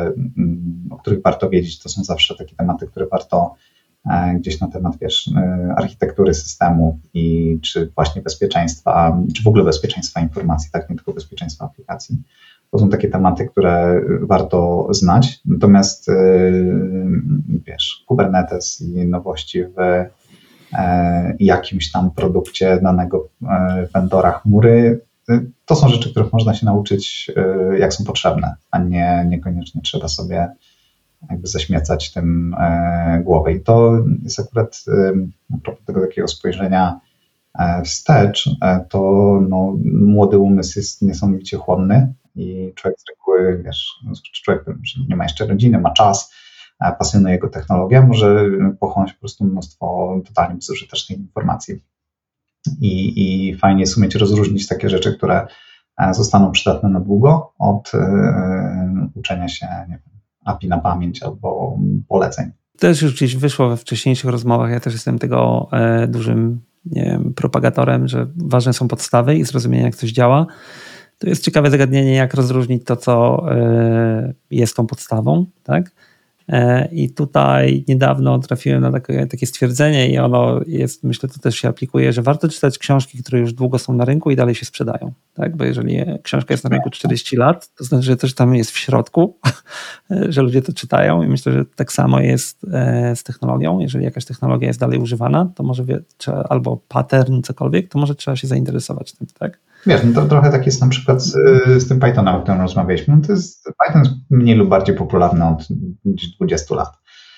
S2: o których warto wiedzieć. To są zawsze takie tematy, które warto gdzieś na temat, architektury systemów i czy właśnie bezpieczeństwa, czy w ogóle bezpieczeństwa informacji, tak, nie tylko bezpieczeństwa aplikacji. To są takie tematy, które warto znać. Natomiast Kubernetes i nowości w jakimś tam produkcie danego vendora chmury, to są rzeczy, których można się nauczyć, jak są potrzebne, a niekoniecznie trzeba sobie jakby zaśmiecać tym głowę. I to jest akurat a propos tego takiego spojrzenia wstecz, to młody umysł jest niesamowicie chłonny i człowiek z reguły, człowiek nie ma jeszcze rodziny, ma czas, pasjonuje go technologia, może pochłonąć po prostu mnóstwo totalnie bezużytecznych informacji. I fajnie jest umieć rozróżnić takie rzeczy, które zostaną przydatne na długo od uczenia się, nie wiem, API na pamięć albo poleceń.
S1: Też już gdzieś wyszło we wcześniejszych rozmowach, ja też jestem tego dużym, nie wiem, propagatorem, że ważne są podstawy i zrozumienie, jak coś działa. To jest ciekawe zagadnienie, jak rozróżnić to, co jest tą podstawą, tak? I tutaj niedawno trafiłem na takie stwierdzenie i ono jest, myślę, to też się aplikuje, że warto czytać książki, które już długo są na rynku i dalej się sprzedają, tak? Bo jeżeli książka jest na rynku 40 lat, to znaczy, że też tam jest w środku, że ludzie to czytają i myślę, że tak samo jest z technologią. Jeżeli jakaś technologia jest dalej używana, to może albo pattern, cokolwiek, to może trzeba się zainteresować tym, tak?
S2: Wiesz, no to trochę tak jest na przykład z tym Pythonem, o którym rozmawialiśmy. No to Python jest mniej lub bardziej popularny od 20 lat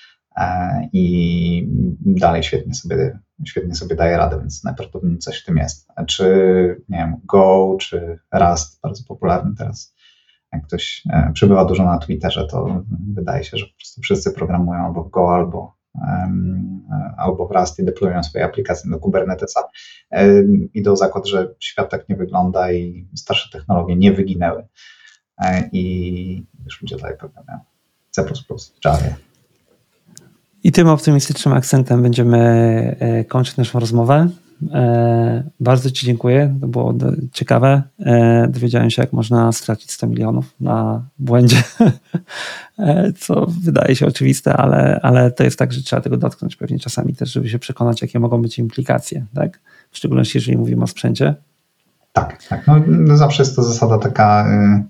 S2: i dalej świetnie sobie daje radę, więc najprawdopodobniej coś w tym jest. Czy, nie wiem, Go, czy Rust, bardzo popularny teraz. Jak ktoś przebywa dużo na Twitterze, to wydaje się, że po prostu wszyscy programują albo w Go, albo w Rust i deployują swoje aplikacje do Kubernetesa. Idą o zakład, że świat tak nie wygląda i starsze technologie nie wyginęły. I już ludzie dalej programują C++, Java.
S1: I tym optymistycznym akcentem będziemy kończyć naszą rozmowę. Bardzo Ci dziękuję, to było ciekawe. Dowiedziałem się, jak można stracić 100 milionów na błędzie, co wydaje się oczywiste, ale to jest tak, że trzeba tego dotknąć pewnie czasami też, żeby się przekonać, jakie mogą być implikacje, tak? W szczególności, jeżeli mówimy o sprzęcie.
S2: Tak. No, zawsze jest to zasada taka.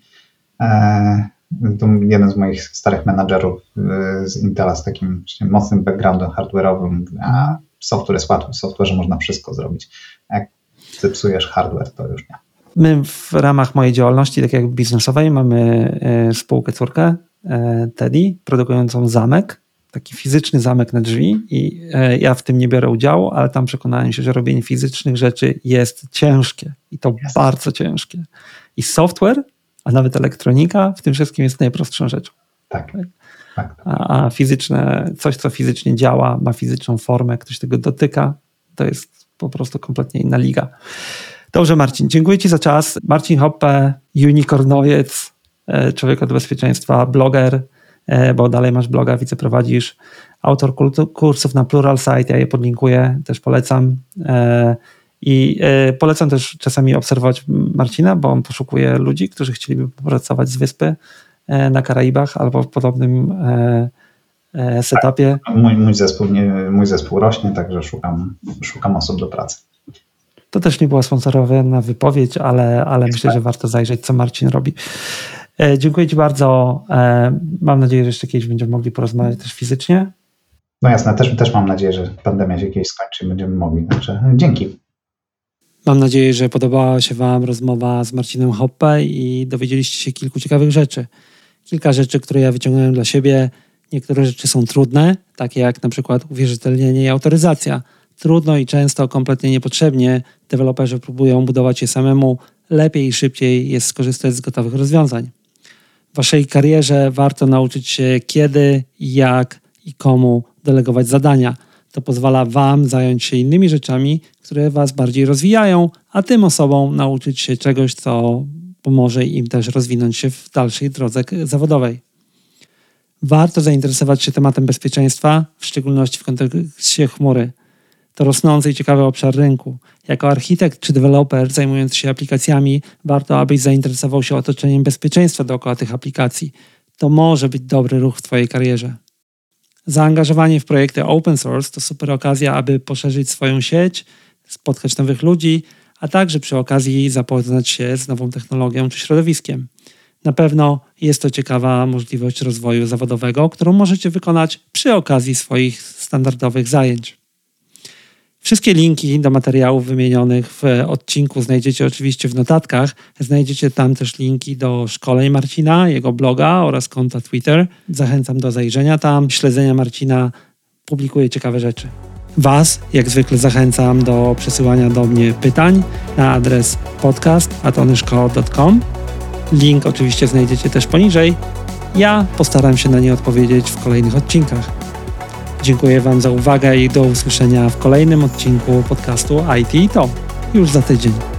S2: Jeden z moich starych menadżerów z Intela z takim mocnym backgroundem hardware'owym, a software jest łatwy, w software'ze można wszystko zrobić. Jak zepsujesz hardware, to już nie.
S1: My w ramach mojej działalności, tak jak biznesowej, mamy spółkę córkę Teddy, produkującą zamek, taki fizyczny zamek na drzwi i ja w tym nie biorę udziału, ale tam przekonałem się, że robienie fizycznych rzeczy jest ciężkie i to bardzo ciężkie. I software, a nawet elektronika w tym wszystkim jest najprostszą rzeczą.
S2: Tak.
S1: A fizyczne, coś co fizycznie działa, ma fizyczną formę, ktoś tego dotyka, to jest po prostu kompletnie inna liga. Dobrze, Marcin, dziękuję Ci za czas. Marcin Hoppe, unicornowiec, człowiek od bezpieczeństwa, bloger, bo dalej masz bloga, wiceprowadzisz, autor kursów na Pluralsight, ja je podlinkuję, też polecam. I polecam też czasami obserwować Marcina, bo on poszukuje ludzi, którzy chcieliby pracować z wyspy na Karaibach albo w podobnym setupie.
S2: Mój zespół rośnie, także szukam osób do pracy.
S1: To też nie była sponsorowana wypowiedź, ale myślę, że warto zajrzeć, co Marcin robi. Dziękuję Ci bardzo. Mam nadzieję, że jeszcze kiedyś będziemy mogli porozmawiać też fizycznie.
S2: No jasne, też mam nadzieję, że pandemia się kiedyś skończy i będziemy mogli. Także dzięki.
S1: Mam nadzieję, że podobała się Wam rozmowa z Marcinem Hoppe i dowiedzieliście się kilku ciekawych rzeczy. Kilka rzeczy, które ja wyciągnąłem dla siebie. Niektóre rzeczy są trudne, takie jak na przykład uwierzytelnienie i autoryzacja. Trudno i często kompletnie niepotrzebnie deweloperzy próbują budować je samemu. Lepiej i szybciej jest skorzystać z gotowych rozwiązań. W Waszej karierze warto nauczyć się kiedy, jak i komu delegować zadania. To pozwala Wam zająć się innymi rzeczami, które Was bardziej rozwijają, a tym osobom nauczyć się czegoś, co pomoże im też rozwinąć się w dalszej drodze zawodowej. Warto zainteresować się tematem bezpieczeństwa, w szczególności w kontekście chmury. To rosnący i ciekawy obszar rynku. Jako architekt czy deweloper zajmujący się aplikacjami, warto, abyś zainteresował się otoczeniem bezpieczeństwa dookoła tych aplikacji. To może być dobry ruch w Twojej karierze. Zaangażowanie w projekty open source to super okazja, aby poszerzyć swoją sieć, spotkać nowych ludzi, a także przy okazji zapoznać się z nową technologią czy środowiskiem. Na pewno jest to ciekawa możliwość rozwoju zawodowego, którą możecie wykonać przy okazji swoich standardowych zajęć. Wszystkie linki do materiałów wymienionych w odcinku znajdziecie oczywiście w notatkach. Znajdziecie tam też linki do szkoleń Marcina, jego bloga oraz konta Twitter. Zachęcam do zajrzenia tam, śledzenia Marcina. Publikuje ciekawe rzeczy. Was, jak zwykle, zachęcam do przesyłania do mnie pytań na adres podcast@onyszko.com. Link oczywiście znajdziecie też poniżej. Ja postaram się na nie odpowiedzieć w kolejnych odcinkach. Dziękuję Wam za uwagę i do usłyszenia w kolejnym odcinku podcastu IT to już za tydzień.